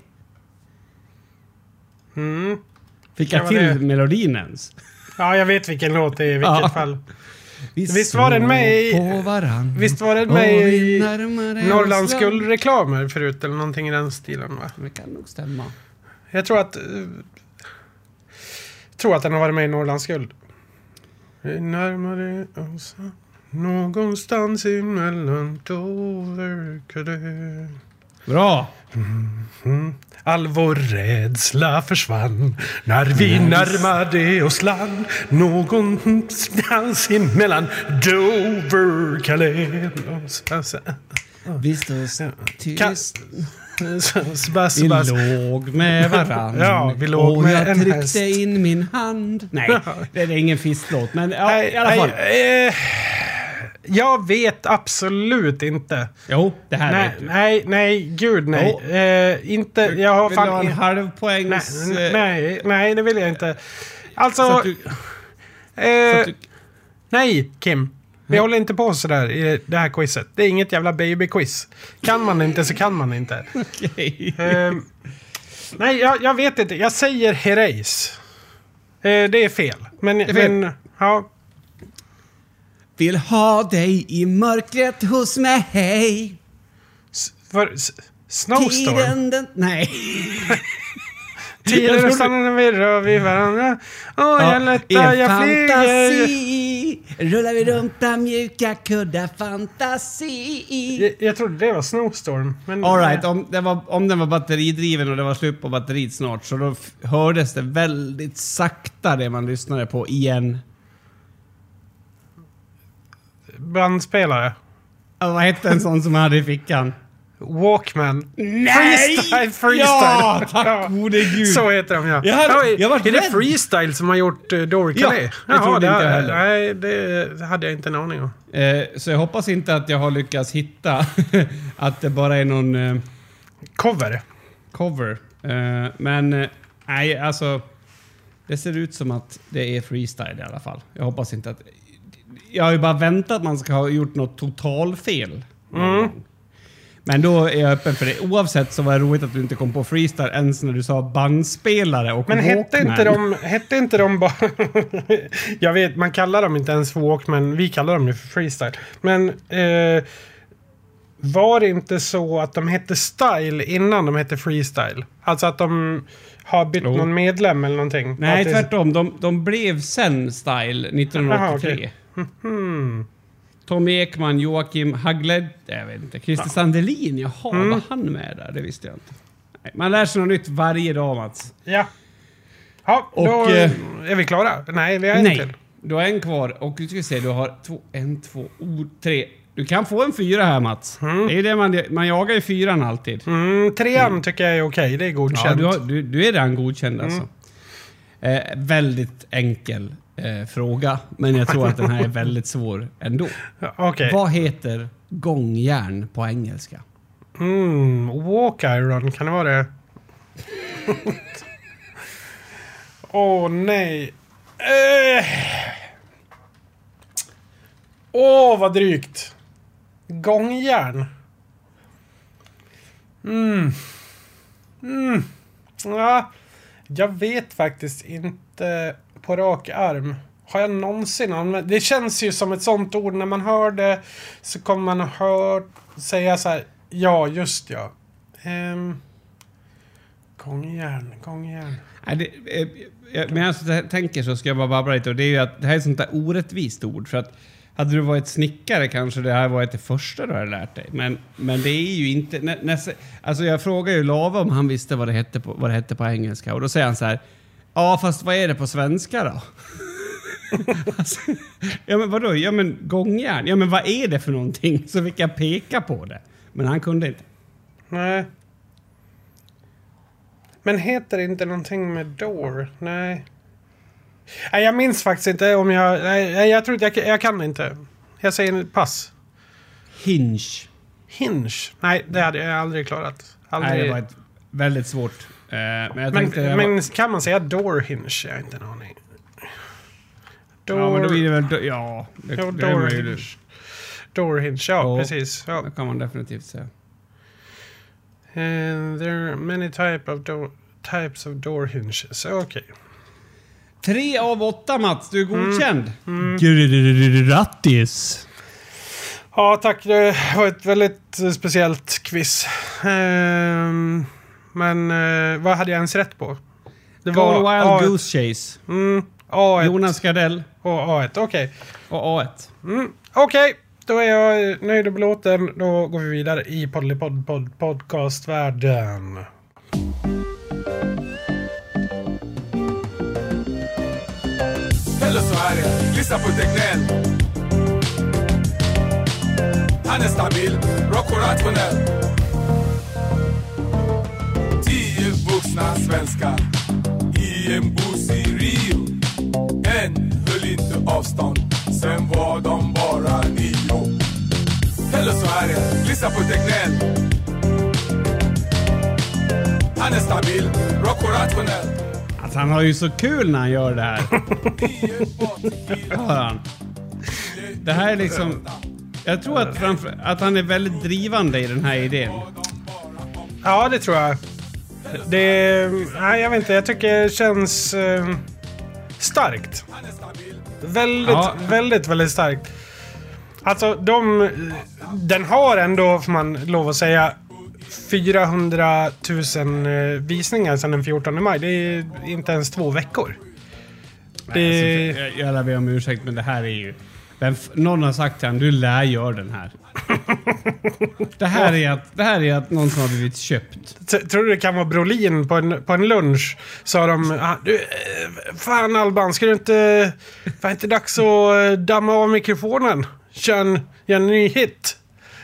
Mm. Fick jag till det? Melodin ens? Ja, jag vet vilken låt det är i vilket ja. fall. Vi visst var den med i... Visst var den med i Norrlands guldreklamer förut eller någonting i den stilen, va? Det kan nog stämma. Jag tror att... Uh, tror att den har varit med i Norrlands guld. Vi närmare oss någonstans emellan Dover och Calais. Bra! Mm, mm. All vår rädsla försvann när vi nice. närmade oss land någonstans emellan Dover och Calais. Vi stod tyst. Bass, vi bass. låg med varann. Ja, vi låg och med jag en tryckte häst. in min hand. Nej, det är ingen fisklåt. Men ja, nej, i alla fall. Nej, eh, jag vet absolut inte. Jo, det här nej, vet du. Nej, nej, gud nej. Oh. Eh, inte, jag har vill fan... du ha en halvpoängs... Nej, nej, nej, det vill jag inte. Alltså... Du, eh, du, nej, Kim. Vi håller inte på så där i det här quizet. Det är inget jävla baby-quiz. Kan man inte så kan man inte. Okay. Uh, nej, jag, jag vet inte. Jag säger Herreys. Uh, det är fel. Men, är fel. men ja. Vill ha dig i mörkret hos mig. S- för, s- Snowstorm? Tiden den... Nej. Tiden stannar när vi rör vid varandra. Åh, oh, jag lättar, jag flyger. Rullar vi runt där mjuka kuddar fantasi. Jag, jag trodde det var Snowstorm. Men all right, om, det var, om den var batteridriven och det var slut på batteriet snart så då f- hördes det väldigt sakta det man lyssnade på igen. Bandspelare. Ja, vad hette en sån som man hade i fickan? Walkman. Nej! Freestyle, freestyle. Ja, tack ja. Gode gud. Så heter de, ja. Jag hade, ja jag var är rädd. det Freestyle som har gjort uh, Dover Calais? Ja, jag Jaha, trodde det, inte heller. Nej, det hade jag inte en aning om. Eh, så jag hoppas inte att jag har lyckats hitta att det bara är någon... Eh, cover. Cover. Eh, men eh, nej, alltså... Det ser ut som att det är freestyle i alla fall. Jag hoppas inte att... Jag har ju bara väntat att man ska ha gjort något totalfel. Mm. Men då är jag öppen för det. Oavsett så var det roligt att du inte kom på freestyle ens när du sa bandspelare och men Walkman. hette inte de, hette inte de bara... jag vet, man kallar dem inte ens för Walkman. Vi kallar dem ju för freestyle. Men eh, var det inte så att de hette Style innan de hette freestyle? Alltså att de har bytt oh. någon medlem eller någonting? Nej, det... tvärtom. De, de blev sen Style nittonhundraåttiotre. Aha, okay. Mm-hmm. Tommy Ekman, Joakim Hagled, jag vet inte, Christer ja. Sandelin, jaha, mm. var han med där? Det visste jag inte. Nej, man lär sig något nytt varje dag, Mats. Ja. Ja, och, då eh, är vi klara. Nej, vi har en nej, till. Du har en kvar och du ska se, du har två, en, två, oh, tre. Du kan få en fyra här, Mats. Mm. Det är det man, man jagar ju fyran alltid. Mm, trean mm. tycker jag är okej, det är godkänt. Ja, du, har, du, du är redan godkänd mm. alltså. Eh, väldigt enkel eh, fråga, men jag tror att den här är väldigt svår ändå. Okay. Vad heter gångjärn på engelska? Mm, walk iron, kan det vara det? Åh, oh, nej. Åh, uh. oh, vad drygt. Gångjärn. Mm. Mm. Ja, jag vet faktiskt inte på rak arm. Har jag någonsin använt? Det känns ju som ett sånt ord. När man hör det så kommer man att hör, säga så här. Ja, just ja. Um, gångjärn, gångjärn. Nej, det, eh, men jag tänker så ska jag bara babbla lite. Och det är ju att det här är ett sånt där orättvist ord. För att hade du varit snickare kanske det här varit det första du hade lärt dig. Men, men det är ju inte... Nä, nä, alltså jag frågar ju Lava om han visste vad det, hette på, vad det hette på engelska. Och då säger han så här. Ja, fast vad är det på svenska då? Alltså, ja, men vadå? Ja, men gångjärn. Ja, men vad är det för någonting? Så fick jag peka på det. Men han kunde inte. Nej. Men heter det inte någonting med door? Nej. Nej, jag minns faktiskt inte om jag... Nej, jag tror inte... Jag, jag kan inte. Jag säger pass. Hinge. Hinge? Nej, det hade jag aldrig klarat. Aldrig. Nej, det var ett väldigt svårt. Uh, men jag men, tänkte... men var... kan man säga door hinge? Jag har inte en aning. Door... Ja, men då blir det väl... Do... Ja, det, ja, det door är hinge. ju... Door hinge, ja, oh, precis. Ja. Det kan man definitivt säga. And there are many type of door, types of door hinges. Okej. Okay. Tre av åtta, Mats. Du är godkänd. Mm. Mm. Grattis! Ja, tack. Det var ett väldigt speciellt quiz. Um, men uh, vad hade jag ens rätt på? Det Go var Wild A ett. Goose Chase. Mm, A ett. Jonas Gardell. Och A ett, okej. Okay. Och A ett. Mm, okej. Okay. Då är jag nöjd och belåten. Då går vi vidare i Poddlypodd pod, podcastvärlden. Eller så är det, lyssna på Tegnell. Han är stabil, rock och rationell. Tio vuxna svenskar i en buss i Rio. En höll inte avstånd, sen var de bara nio. Eller så är det, lyssna på Tegnell. Han är stabil, rock och rationell. Alltså, han har ju så kul när han gör det här. Hör han. Det här är liksom... Jag tror att, framför, att han är väldigt drivande i den här idén. Ja, det tror jag. Det... Nej, jag vet inte. Jag tycker det känns eh, starkt. Väldigt, ja. väldigt, väldigt starkt. Alltså, de... Den har ändå, får man lov att säga, fyrahundratusen visningar sedan den fjortonde maj. Det är inte ens två veckor. Det... Nej, alltså, jag, jag lär be om ursäkt, men det här är ju... Men någon har sagt till honom, du lär gör den här. det, här är att, det här är att någon som har blivit köpt. T- tror du det kan vara Brolin på en, på en lunch? Sa de, ah, du, fan Alban, ska du inte... Var inte dags att damma av mikrofonen? Kör en, gör en ny hit.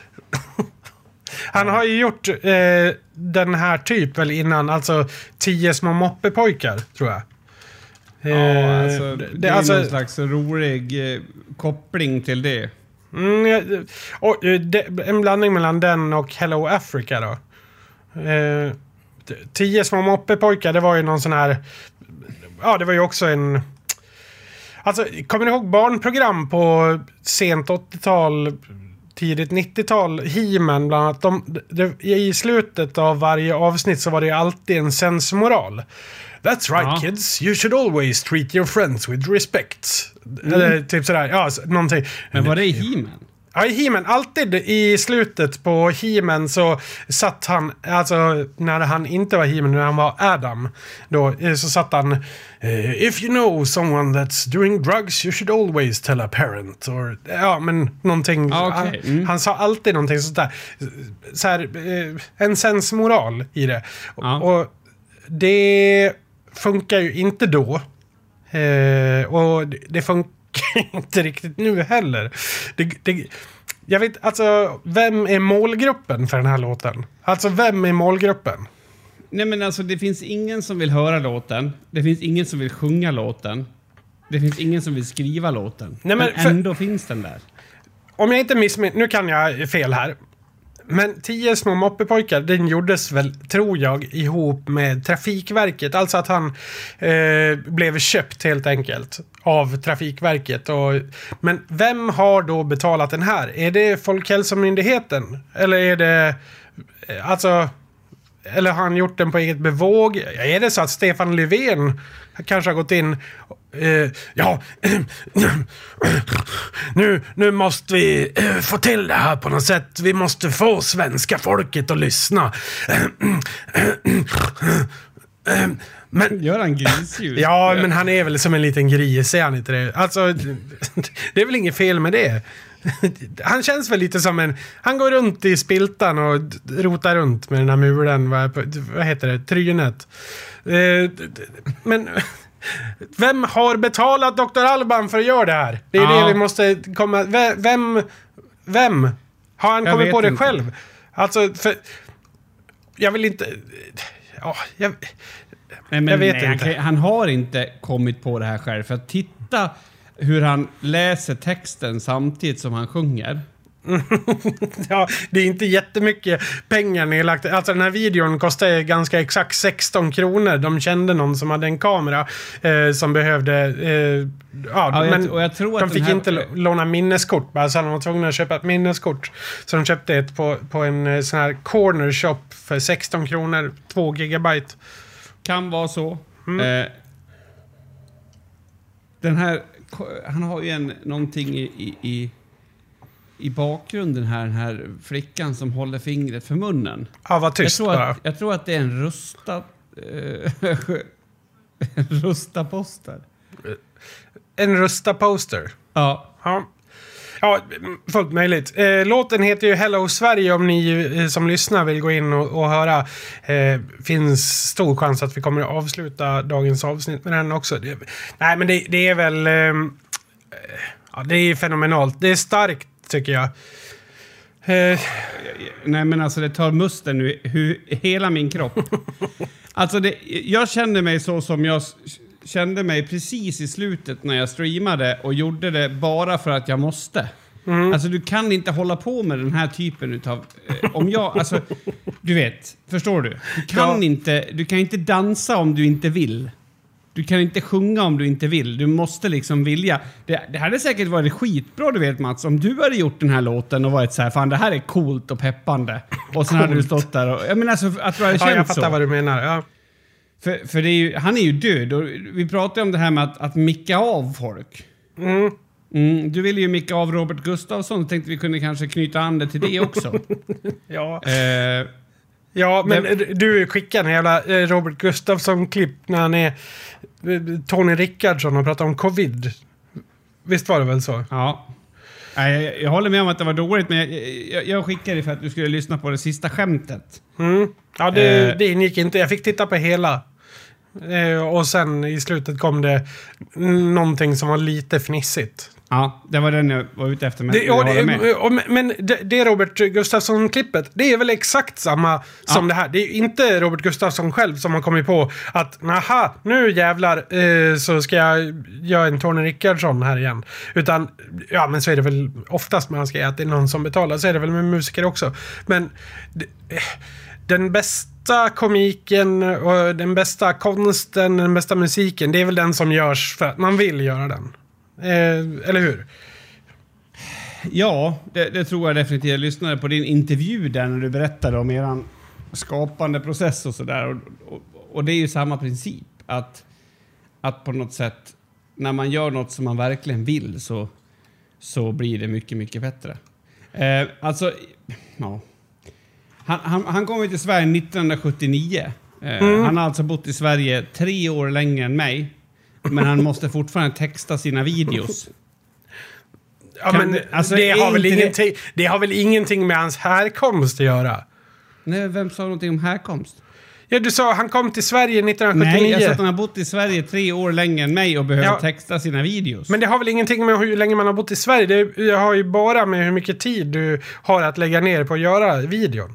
Han har ju gjort eh, den här typ väl innan, alltså tio små moppepojkar, tror jag. Ja, alltså, det, det är alltså, någon slags rolig eh, koppling till det. Mm, och, det. En blandning mellan den och Hello Africa då. Eh, tio små moppepojkar, det var ju någon sån här... Ja, det var ju också en... Alltså, kommer ni ihåg barnprogram på sent åttiotal, tidigt nittiotal? He-Man bland annat. De, de, I slutet av varje avsnitt så var det alltid en sensmoral. That's right, ja. Kids. You should always treat your friends with respect. Mm. Eller typ sådär. Ja, någonting. Men var det i He-Man? Ja, i He-Man. Alltid i slutet på He-Man så satt han... Alltså, när han inte var He-Man, när han var Adam, då så satt han... Uh, if you know someone that's doing drugs, you should always tell a parent. Or, ja, men någonting... Ah, okay. mm. han, han sa alltid någonting sånt där. Så här, uh, en sensmoral i det. Ah. Och det... funkar ju inte då. Eh, och det, det funkar inte riktigt nu heller. Det, det, jag vet, alltså, vem är målgruppen för den här låten? Alltså, vem är målgruppen? Nej, men alltså, det finns ingen som vill höra låten. Det finns ingen som vill sjunga låten. Det finns ingen som vill skriva låten. Nej, men, men ändå för, finns den där. Om jag inte missminner, nu kan jag fel här. Men tio små moppepojkar, den gjordes väl, tror jag, ihop med Trafikverket. Alltså att han eh, blev köpt helt enkelt av Trafikverket. Och, men vem har då betalat den här? Är det Folkhälsomyndigheten? Eller är det... Alltså... Eller har han gjort den på eget bevåg? Är det så att Stefan Löfven kanske har gått in... Uh, ja, nu, nu måste vi uh, få till det här på något sätt. Vi måste få svenska folket att lyssna. Men, gör han grisljud? Ja, men han är väl som en liten gris, är han inte det? Alltså, det är väl inget fel med det. Han känns väl lite som en... Han går runt i spiltan och rotar runt med den här mulen. Vad, vad heter det? Trynet. Uh, men... Vem har betalat doktor Alban för att göra det här? Det är ja. det vi måste komma... Vem... Vem? Har han jag kommit på det inte. själv? Alltså, för... Jag vill inte... Ja, jag, nej, men, jag vet nej, inte. Han, han har inte kommit på det här själv. För att titta hur han läser texten samtidigt som han sjunger. Ja, det är inte jättemycket pengar nedlagt. Alltså den här videon kostar ganska exakt sexton kronor. De kände någon som hade en kamera eh, som behövde... Eh, ja, Ja, jag- men och jag tror att de den fick här- inte låna minneskort. Bara, så de var tvungna att köpa ett minneskort. Så de köpte ett på, på en eh, sån här corner shop för sexton kronor, två gigabyte. Kan vara så. Mm. Eh, den här... Han har ju en, någonting i... i, i i bakgrunden här, den här flickan som håller fingret för munnen. Ja, var Jag tyst tror, bara. att, jag tror att det är en rustad... Eh, en rustad poster. En rusta poster. Ja. Ja. Ja, fullt möjligt. Eh, låten heter ju Hello Sverige om ni eh, som lyssnar vill gå in och, och höra. Eh, finns stor chans att vi kommer att avsluta dagens avsnitt med den också. Det, nej, men det, det är väl... Eh, ja, det är fenomenalt. Det är starkt, tycker jag. Eh, Nej, men alltså det tar musten nu hur, hela min kropp. Alltså det, jag kände mig så som jag s- kände mig precis i slutet när jag streamade och gjorde det bara för att jag måste. Mm. Alltså du kan inte hålla på med den här typen utav... Eh, om jag, alltså, du vet, förstår du? Du kan, Ja. inte, du kan inte dansa om du inte vill. Du kan inte sjunga om du inte vill. Du måste liksom vilja. Det, det hade säkert varit skitbra, du vet Mats, om du hade gjort den här låten och varit så här, fan det här är coolt och peppande. Och sen hade du stått där och... Jag menar alltså att du hade ja, känt jag fattar så. vad du menar. Ja. För, för det är ju, han är ju död och vi pratade om det här med att, att micka av folk. Mm. Mm, du ville ju micka av Robert Gustafsson, tänkte vi kunde kanske knyta an det till det också. Ja. eh, Ja, men Det- du skickar en jävla eh, Robert Gustafsson-klipp när han är eh, Tony Rickardsson och pratar om covid. Visst var det väl så? ja. Nej, jag, jag håller med om att det var dåligt, men jag, jag, jag skickade det för att du skulle lyssna på det sista skämtet. Mm. Ja, det, Eh. det ingick inte. Jag fick titta på hela. Eh, och sen i slutet kom det n- någonting som var lite fnissigt. Ja, det var den jag var ute efter, men Det, jag ja, håller det, med. och, men det, det Robert Gustafsson-klippet, det är väl exakt samma som Ja. det här. Det är inte Robert Gustafsson själv som har kommit på att naha, nu jävlar eh, så ska jag göra en Tony Rickardsson här igen. Utan, ja men så är det väl oftast man ska säga att det är någon som betalar, så är det väl med musiker också. Men det, eh, den bästa komiken och den bästa konsten, den bästa musiken, det är väl den som görs för att man vill göra den. Eh, eller hur? Ja, det, det tror jag definitivt. Jag lyssnade på din intervju där när du berättade om eran skapande process och sådär. Och, och, och det är ju samma princip. Att, att på något sätt, när man gör något som man verkligen vill så, så blir det mycket, mycket bättre. Eh, alltså, ja. Han, han, han kom ju till Sverige nittonhundrasjuttionio. Eh, Mm. Han har alltså bott i Sverige tre år längre än mig. Men han måste fortfarande texta sina videos. Ja, Kan men det- alltså, det, är har väl inte det- ingenting, det har väl ingenting med hans härkomst att göra? Nej, vem sa någonting om härkomst? Ja, du sa han kom till Sverige nittonhundrasjuttionio. Nej, jag sa att han har bott i Sverige tre år längre än mig och behöver Ja. texta sina videos. Men det har väl ingenting med hur länge man har bott i Sverige? Det, det har ju bara med hur mycket tid du har att lägga ner på att göra videon.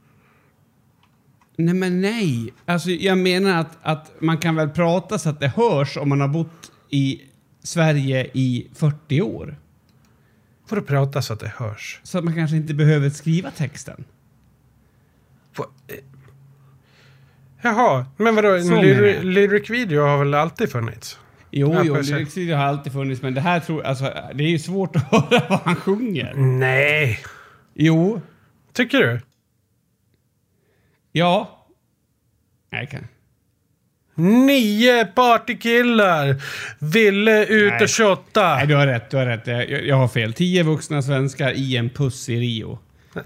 Nej, men nej. Alltså, jag menar att, att man kan väl prata så att det hörs om man har bott i Sverige i fyrtio år. Får du prata så att det hörs? Så att man kanske inte behöver skriva texten. Får, eh. Jaha, men vadå? En Så menar lyri- jag. lyric-video har väl alltid funnits? Jo, Ja, jo, precis. lyrics har alltid funnits, men det här tror alltså, det är ju svårt att höra vad han sjunger. Nej. Jo, Tycker du? ja. Jag kan. Nio partykillar ville ut Nej. och shotta. Nej, du har rätt, du har rätt. Jag, jag har fel. Tio vuxna svenskar i en puss i Rio.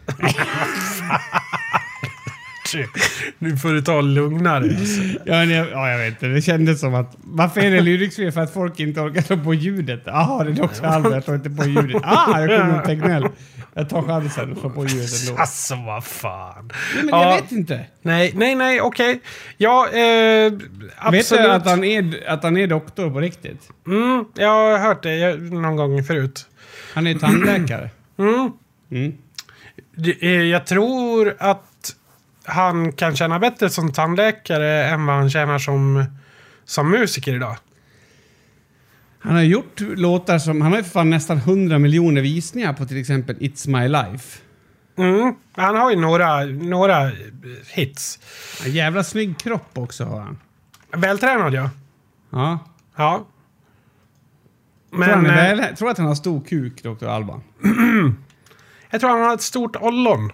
Nu får du ta lugnare. Ja, men jag, ja, jag vet inte. Det kändes som att... Varför är det lyricsfel? För att folk inte orkar slå på ljudet. Jaha, det är också Albert. Jag slår inte på ljudet. Ah, jag kommer med Tegnell. Jag tar chansen och slår på ljudet ändå. Alltså, vad fan. Nej, men Ja. jag vet inte. Nej, nej, nej, okej. Ja, eh, absolut. Vet du att han, är, att han är doktor på riktigt? Mm, jag har hört det jag, någon gång förut. Han är tandläkare. Mm. Mm. Det, eh, jag tror att han kan tjäna bättre som tandläkare än vad han tjänar som, som musiker idag. Han har gjort låtar som... Han har ju för fan nästan hundra miljoner visningar på till exempel It's My Life. Mm, han har ju några, några hits. En jävla snygg kropp också har han. Vältränad, ja. Ja. Ja. Men, tror, han är väl, tror att han har stor kuk, doktor Alban? Jag tror han har ett stort ollon.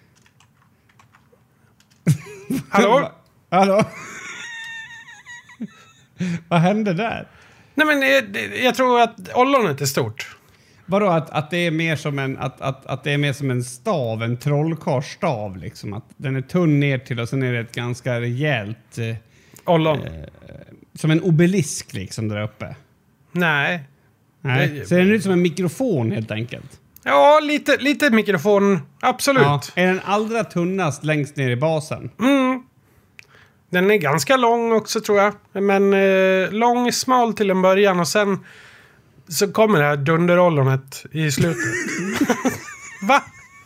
Hallå? Hallå? Vad hände där? Nej, men jag, jag tror att ollonet är stort. Vadå, att, att det är mer som en att, att, att det är mer som en stav, en trollkarlsstav liksom, att den är tunn ner till och sen är det ett ganska rejält eh, ollon. Eh, som en obelisk liksom där uppe. Nej. Nej. Det, ser den ut som en mikrofon helt enkelt? Ja, lite, lite mikrofon. Absolut. Ja. Är den allra tunnast längst ner i basen? Mm. Den är ganska lång också, tror jag. Men eh, lång, smal till en början och sen så kommer det här dunderollonet i slutet. Va?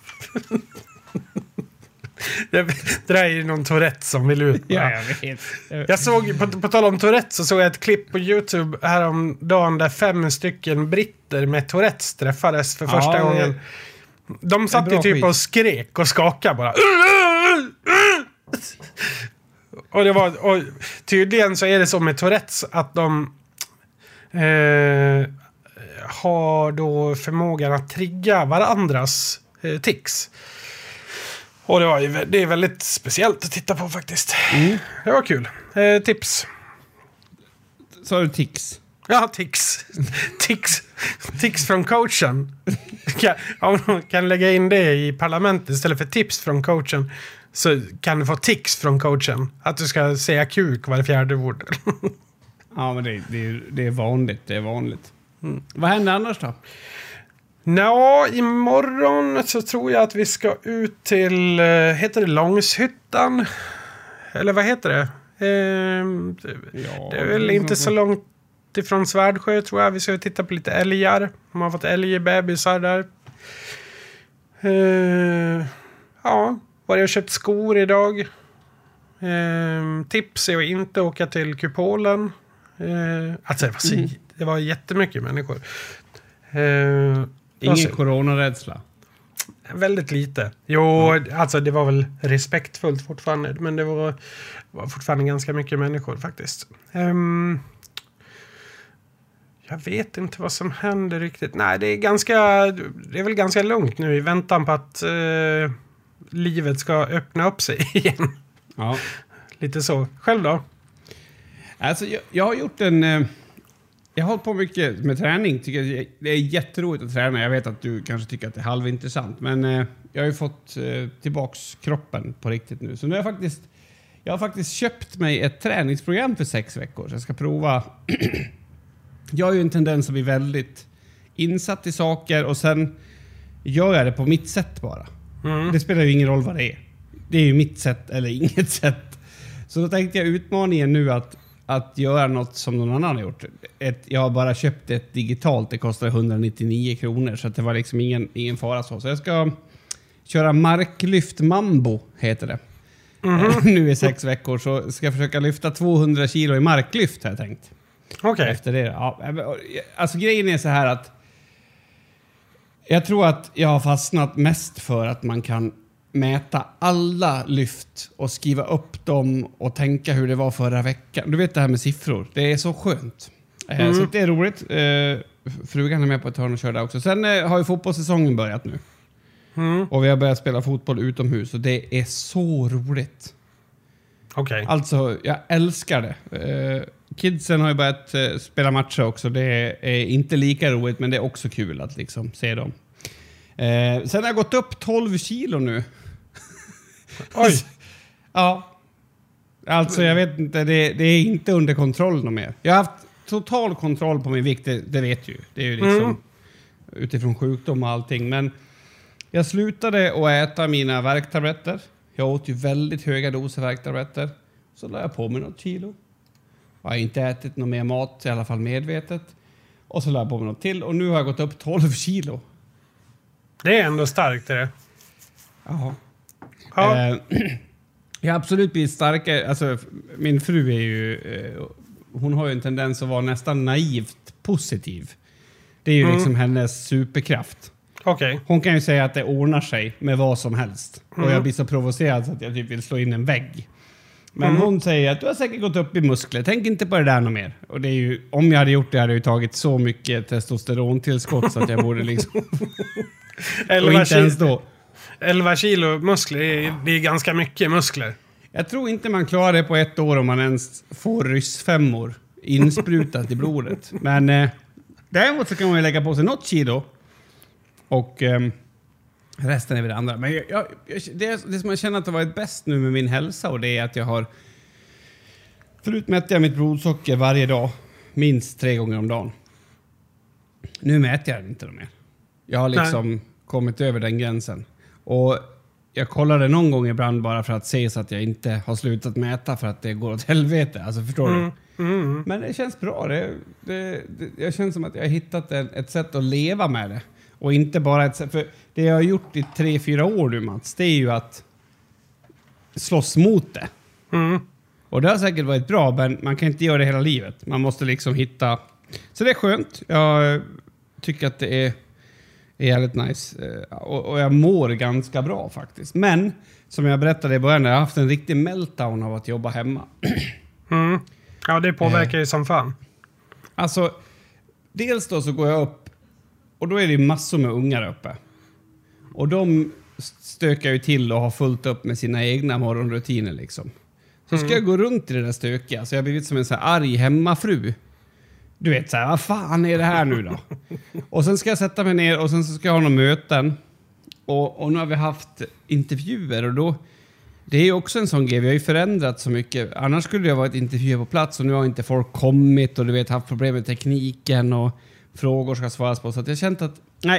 det, det där är ju någon Tourette som vill ut. Ja, jag vet. Jag såg, på, på tal om Tourette, så såg jag ett klipp på YouTube häromdagen där fem stycken britter med Tourettes träffades för första ja, gången. Det, de satt ju typ skit. Och skrek och skakade bara. Och, det var, och tydligen så är det så med Tourettes att de eh, har då förmågan att trigga varandras eh, tics. Och det, var ju, det är väldigt speciellt att titta på faktiskt. Mm. Det var kul. Eh, tips. Sa du tics? Ja, tics. tics. Tics från coachen. Kan, om man kan lägga in det i parlamentet istället för tips från coachen, så kan du få tics från coachen. Att du ska säga kuk var fjärde ord. Ja, men det, det, är, det är vanligt. Det är vanligt. Mm. Vad händer annars då? Nå, imorgon så tror jag att vi ska ut till, heter det Långshyttan? Eller vad heter det? Eh, ja, det är väl inte så långt ifrån Svärdsjö, tror jag. Vi ska titta på lite älgar. De har fått älgbebisar där. Eh, ja, var jag köpt skor idag. Eh, tips är att inte åka till Kupolen. Eh, alltså det var, så, mm. det var jättemycket människor. Eh, Ingen alltså, coronarädsla? Väldigt lite. Jo, mm. alltså det var väl respektfullt fortfarande. Men det var, var fortfarande ganska mycket människor faktiskt. Um, jag vet inte vad som händer riktigt. Nej, det är ganska, det är väl ganska lugnt nu i väntan på att uh, livet ska öppna upp sig igen. Ja. Lite så. Själv då? Alltså, jag, jag har gjort en... Uh... Jag har hållit på mycket med träning. Tycker det är jätteroligt att träna. Jag vet att du kanske tycker att det är halvintressant. Men eh, jag har ju fått eh, tillbaks kroppen på riktigt nu. Så nu har jag faktiskt, jag har faktiskt köpt mig ett träningsprogram för sex veckor. Så jag ska prova. Jag har ju en tendens att bli väldigt insatt i saker. Och sen gör jag det på mitt sätt bara. Mm. Det spelar ju ingen roll vad det är. Det är ju mitt sätt eller inget sätt. Så då tänkte jag utmaningen nu att att göra något som någon annan har gjort. Ett, jag har bara köpt ett digitalt. Det kostar etthundranittionio kronor. Så att det var liksom ingen, ingen fara så. Så jag ska köra marklyft mambo, heter det. Mm-hmm. Nu i sex veckor. Så ska jag försöka lyfta tvåhundra kilo i marklyft, har jag tänkt. Okej. Okay. Efter det. Ja, alltså grejen är så här att jag tror att jag har fastnat mest för att man kan mäta alla lyft och skriva upp dem och tänka hur det var förra veckan. Du vet det här med siffror. Det är så skönt. Mm. Så det är roligt. Frugan är med på ett hörn och kör där också. Sen har ju fotbollssäsongen börjat nu. Mm. Och vi har börjat spela fotboll utomhus och det är så roligt. Okej. Okay. Alltså, jag älskar det. Kidsen har ju börjat spela matcher också. Det är inte lika roligt, men det är också kul att liksom se dem. Sen har jag gått upp tolv kilo nu. Oj! Ja. Alltså jag vet inte, det, det är inte under kontroll något mer. Jag har haft total kontroll på min vikt, det, det vet ju. Det är ju liksom mm. utifrån sjukdom och allting. Men jag slutade att äta mina värktabletter. Jag åt ju väldigt höga doser värktabletter. Så la jag på mig något kilo. Jag har inte ätit någon mer mat, i alla fall medvetet. Och så la jag på mig något till. Och nu har jag gått upp tolv kilo. Det är ändå starkt det. Jaha. Ja. Eh, Jag absolut blivit starkare. Alltså, min fru är ju... Eh, hon har ju en tendens att vara nästan naivt positiv. Det är ju mm. liksom hennes superkraft. Okay. Hon kan ju säga att det ordnar sig med vad som helst. Mm. Och jag blir så provocerad så att jag typ vill slå in en vägg. Men mm. hon säger att du har säkert gått upp i muskler. Tänk inte på det där något mer. Och det är ju, om jag hade gjort det hade jag ju tagit så mycket testosterontillskott så att jag borde liksom... och inte ens då. elva kilo muskler, det är, det är ganska mycket muskler. Jag tror inte man klarar det på ett år om man ens får ryssfemmor insprutat i blodet. Men eh, däremot så kan man ju lägga på sig något kilo. Och eh, resten är väl det andra. Men jag, jag, det, det som jag känner att det varit bäst nu med min hälsa, och det är att jag har... Förut mätte jag mitt blodsocker varje dag. Minst tre gånger om dagen. Nu mäter jag det inte mer. Jag har liksom Nej. kommit över den gränsen. Och jag kollade någon gång ibland bara för att se så att jag inte har slutat mäta för att det går åt helvete. Alltså, förstår mm. du? Mm. Men det känns bra. Det, det, det, jag känns som att jag har hittat ett, ett sätt att leva med det. Och inte bara ett sätt... För det jag har gjort i tre, fyra år nu, Mats, det är ju att slåss mot det. Mm. Och det har säkert varit bra, men man kan inte göra det hela livet. Man måste liksom hitta... Så det är skönt. Jag tycker att det är... är jävligt nice. Och, och jag mår ganska bra faktiskt. Men, som jag berättade i början, jag har haft en riktig meltdown av att jobba hemma. Mm. Ja, det påverkar eh. ju som fan. Alltså, dels då så går jag upp och då är det massor med ungar uppe. Och de stökar ju till och har fullt upp med sina egna morgonrutiner liksom. Så ska mm. jag gå runt i det där stökiga. Så jag har blivit som en så här arg hemmafru. Du vet så här, vad fan är det här nu då? Och sen ska jag sätta mig ner och sen så ska jag ha några möten. Och, och nu har vi haft intervjuer och då... Det är ju också en sån grej, vi har ju förändrat så mycket. Annars skulle det ha varit intervjuer på plats och nu har inte folk kommit och du vet haft problem med tekniken och frågor ska svaras på. Så att jag känt att, nej.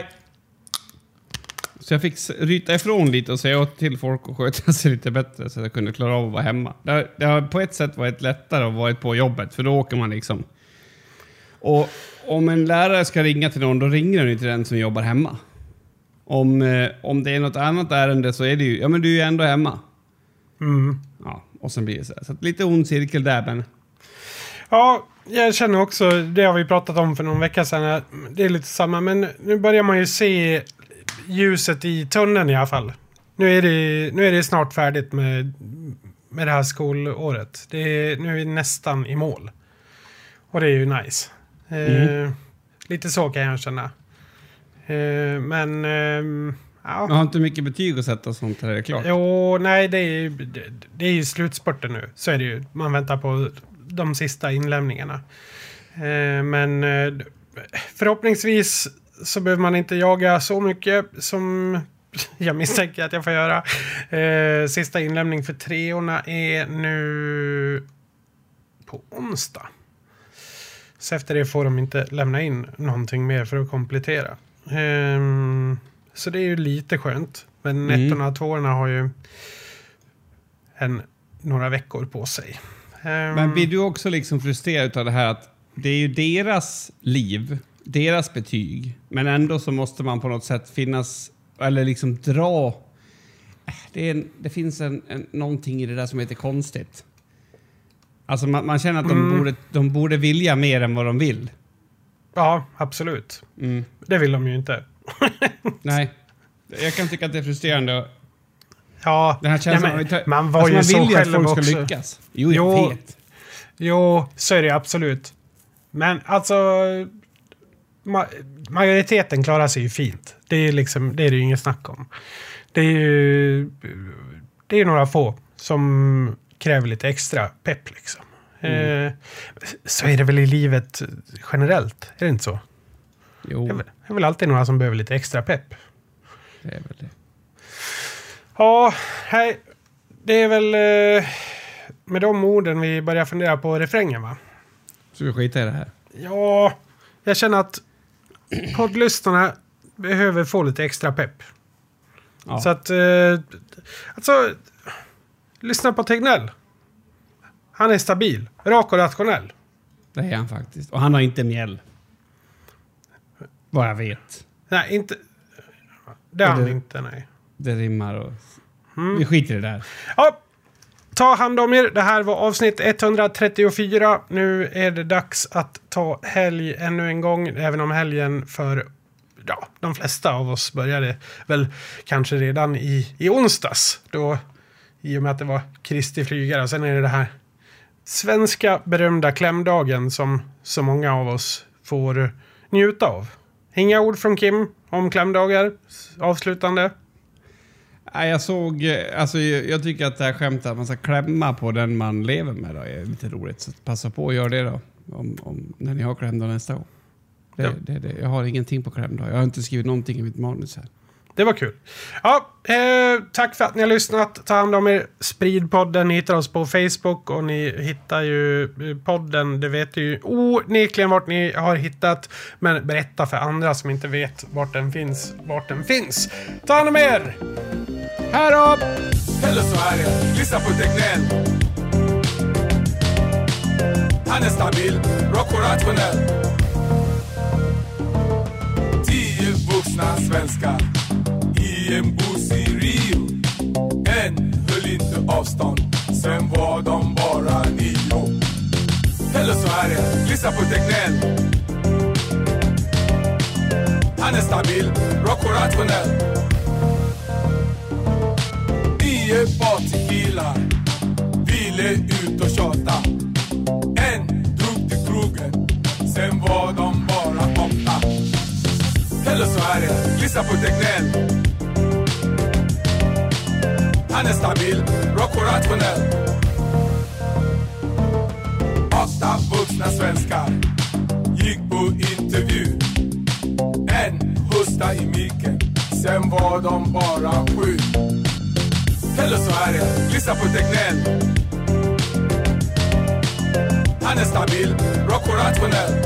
Så jag fick ryta ifrån lite och säga åt till folk och sköta sig lite bättre så att jag kunde klara av att vara hemma. Det har, det har på ett sätt varit lättare att vara på jobbet för då åker man liksom... Och om en lärare ska ringa till någon, då ringer den ju till den som jobbar hemma. Om, eh, om det är något annat ärende så är det ju, ja men du är ju ändå hemma. Mm. Ja, och sen blir det så här. Så att lite ond cirkel där, men... Ja, jag känner också, det har vi pratat om för någon vecka sedan, det är lite samma, men nu börjar man ju se ljuset i tunneln i alla fall. Nu är det, nu är det snart färdigt med, med det här skolåret. Det är, nu är vi nästan i mål. Och det är ju nice. Mm. Eh, lite så kan jag känna. Eh, men... Eh, ja. Jag har inte mycket betyg att sätta och sånt, är det klart? Jo, nej, det är ju, det, det är ju slutspurten nu. Så är det ju. Man väntar på de sista inlämningarna. Eh, men eh, förhoppningsvis så behöver man inte jaga så mycket som jag misstänker att jag får göra. Eh, sista inlämning för treorna är nu på onsdag. Så efter det får de inte lämna in någonting mer för att komplettera. Um, så det är ju lite skönt. Men mm. ettorna och tvåorna har ju en, några veckor på sig. Um, Men blir du också liksom frustrerad av det här att det är ju deras liv, deras betyg. Men ändå så måste man på något sätt finnas, eller liksom dra. Det, är en, det finns en, en, någonting i det där som heter konstigt. Alltså man, man känner att de, mm. borde, de borde vilja mer än vad de vill. Ja, absolut. Mm. Det vill de ju inte. Nej, jag kan tycka att det är frustrerande. Ja, den här känslan, nej, men, man, man var ju alltså man så vill ju att folk också. ska lyckas. Jo, jag jo, vet. Jo, så är det absolut. Men alltså, ma- majoriteten klarar sig ju fint. Det är, liksom, det är det ju inget snack om. Det är ju det är några få som kräver lite extra pepp liksom. Mm. Eh, så är det väl i livet generellt, är det inte så? Jo. Det är, väl, det är väl alltid några som behöver lite extra pepp. Det är väl det. Ja, hej. Det är väl eh, med de orden vi börjar fundera på refrängen, va? Så vi skiter i det här? Ja, jag känner att poddlyssnarna behöver få lite extra pepp. Ja. Så att, eh, alltså, lyssna på Tegnell. Han är stabil, rak och rationell. Det är han faktiskt. Och han har inte mjäll. Vad jag vet. Nej, inte... Det har han inte, nej. Det rimmar och... Mm. Vi skiter i det där. Ja, ta hand om er. Det här var avsnitt etthundratrettiofyra. Nu är det dags att ta helg ännu en gång. Även om helgen för ja, de flesta av oss började väl kanske redan i, i onsdags. Då, i och med att det var Kristi flygare. Och sen är det det här svenska berömda klämdagen som så många av oss får njuta av. Inga ord från Kim om klämdagar avslutande? Nej, jag såg, alltså jag tycker att det här skämtet att man ska klämma på den man lever med då är lite roligt. Så passa på att göra det då, om, om, när ni har klämdag nästa gång. Det, ja. det, det. Jag har ingenting på klämdag. Jag har inte skrivit någonting i mitt manus här. Det var kul. Ja, eh, tack för att ni har lyssnat. Ta hand om er. Sprid podden. Ni hittar oss på Facebook och ni hittar ju podden. Det vet ju onekligen vart ni har hittat. Men berätta för andra som inte vet vart den finns. Vart den finns. Ta hand om er. Här då! Eller så är det. Lyssna på Tegnell. Han är stabil. Rock och rationell. Tio vuxna svenskar i en buss i Rio. En höll inte avstånd, sen var de bara nio. Eller så är det, lyssna på Tegnell. Han är stabil, rock och rationell. Nio partykillar ville ut och tjata. En drog till krogen, sen var de bara åtta. Eller så är det, lyssna på Tegnell. Han är stabil, rock och rationell. Åtta vuxna svenskar gick på intervju. En hosta i micken, sen var de bara sju. Eller så är det, lyssna på Tegnell. Han är stabil, rock och rationell.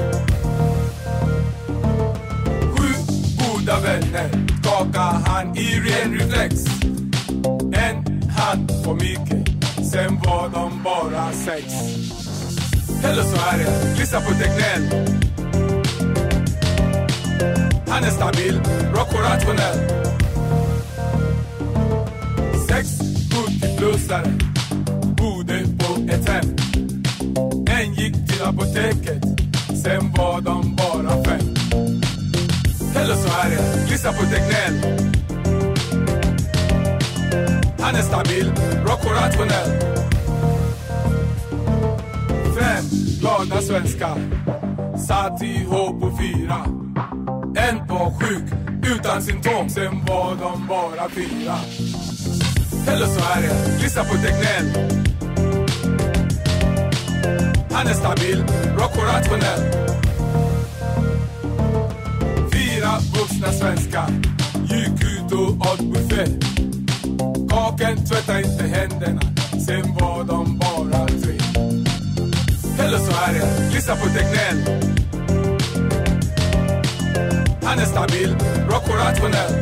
Goda vänner, skakar han i ren reflex. En hand på mycket, sen var de bara sex. Eller så är det, lyssna på Tegnell. Han är stabil, rock och rationell. Sex sjuttio-plussare bodde på ett hem. En gick till apoteket, sen var de bara fem. Eller så är det, lyssna på Tegnell. Han är stabil, rock och rationell. Fem glada svenskar satt ihop på fyra. En var sjuk utan symptom, sen var de bara fyra. Eller så är det, lyssna på Tegnell. Han är stabil, rock och rationell. Fyra vuxna svenskar gick ut och åt buffé. Kaken tvättade inte händerna, sen var de bara tre. Eller så är det, lyssna på Tegnell. Han är stabil, rock och rationell.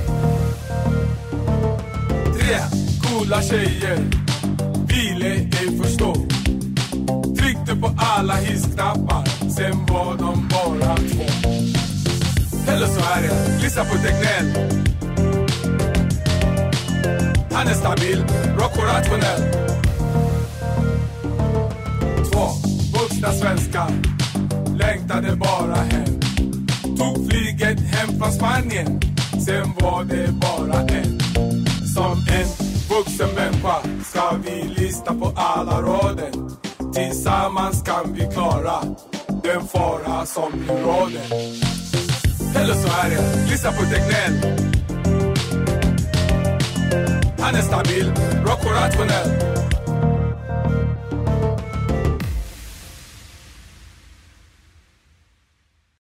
Tre coola tjejer ville ej förstå. Tryckte på alla hissknappar, sen var de bara två. Eller så är det, lyssna på Tegnell. Han är stabil, rock och rationell. Två vuxna svenskar längtade bara hem. Tog flyget hem från Spanien, sen var det bara en. Som en vuxen människa ska vi lista på alla råden. Tillsammans kan vi klara den fara som nu råder. Eller så är det, lyssna på Tegnell. Han är stabil, rock och rationell.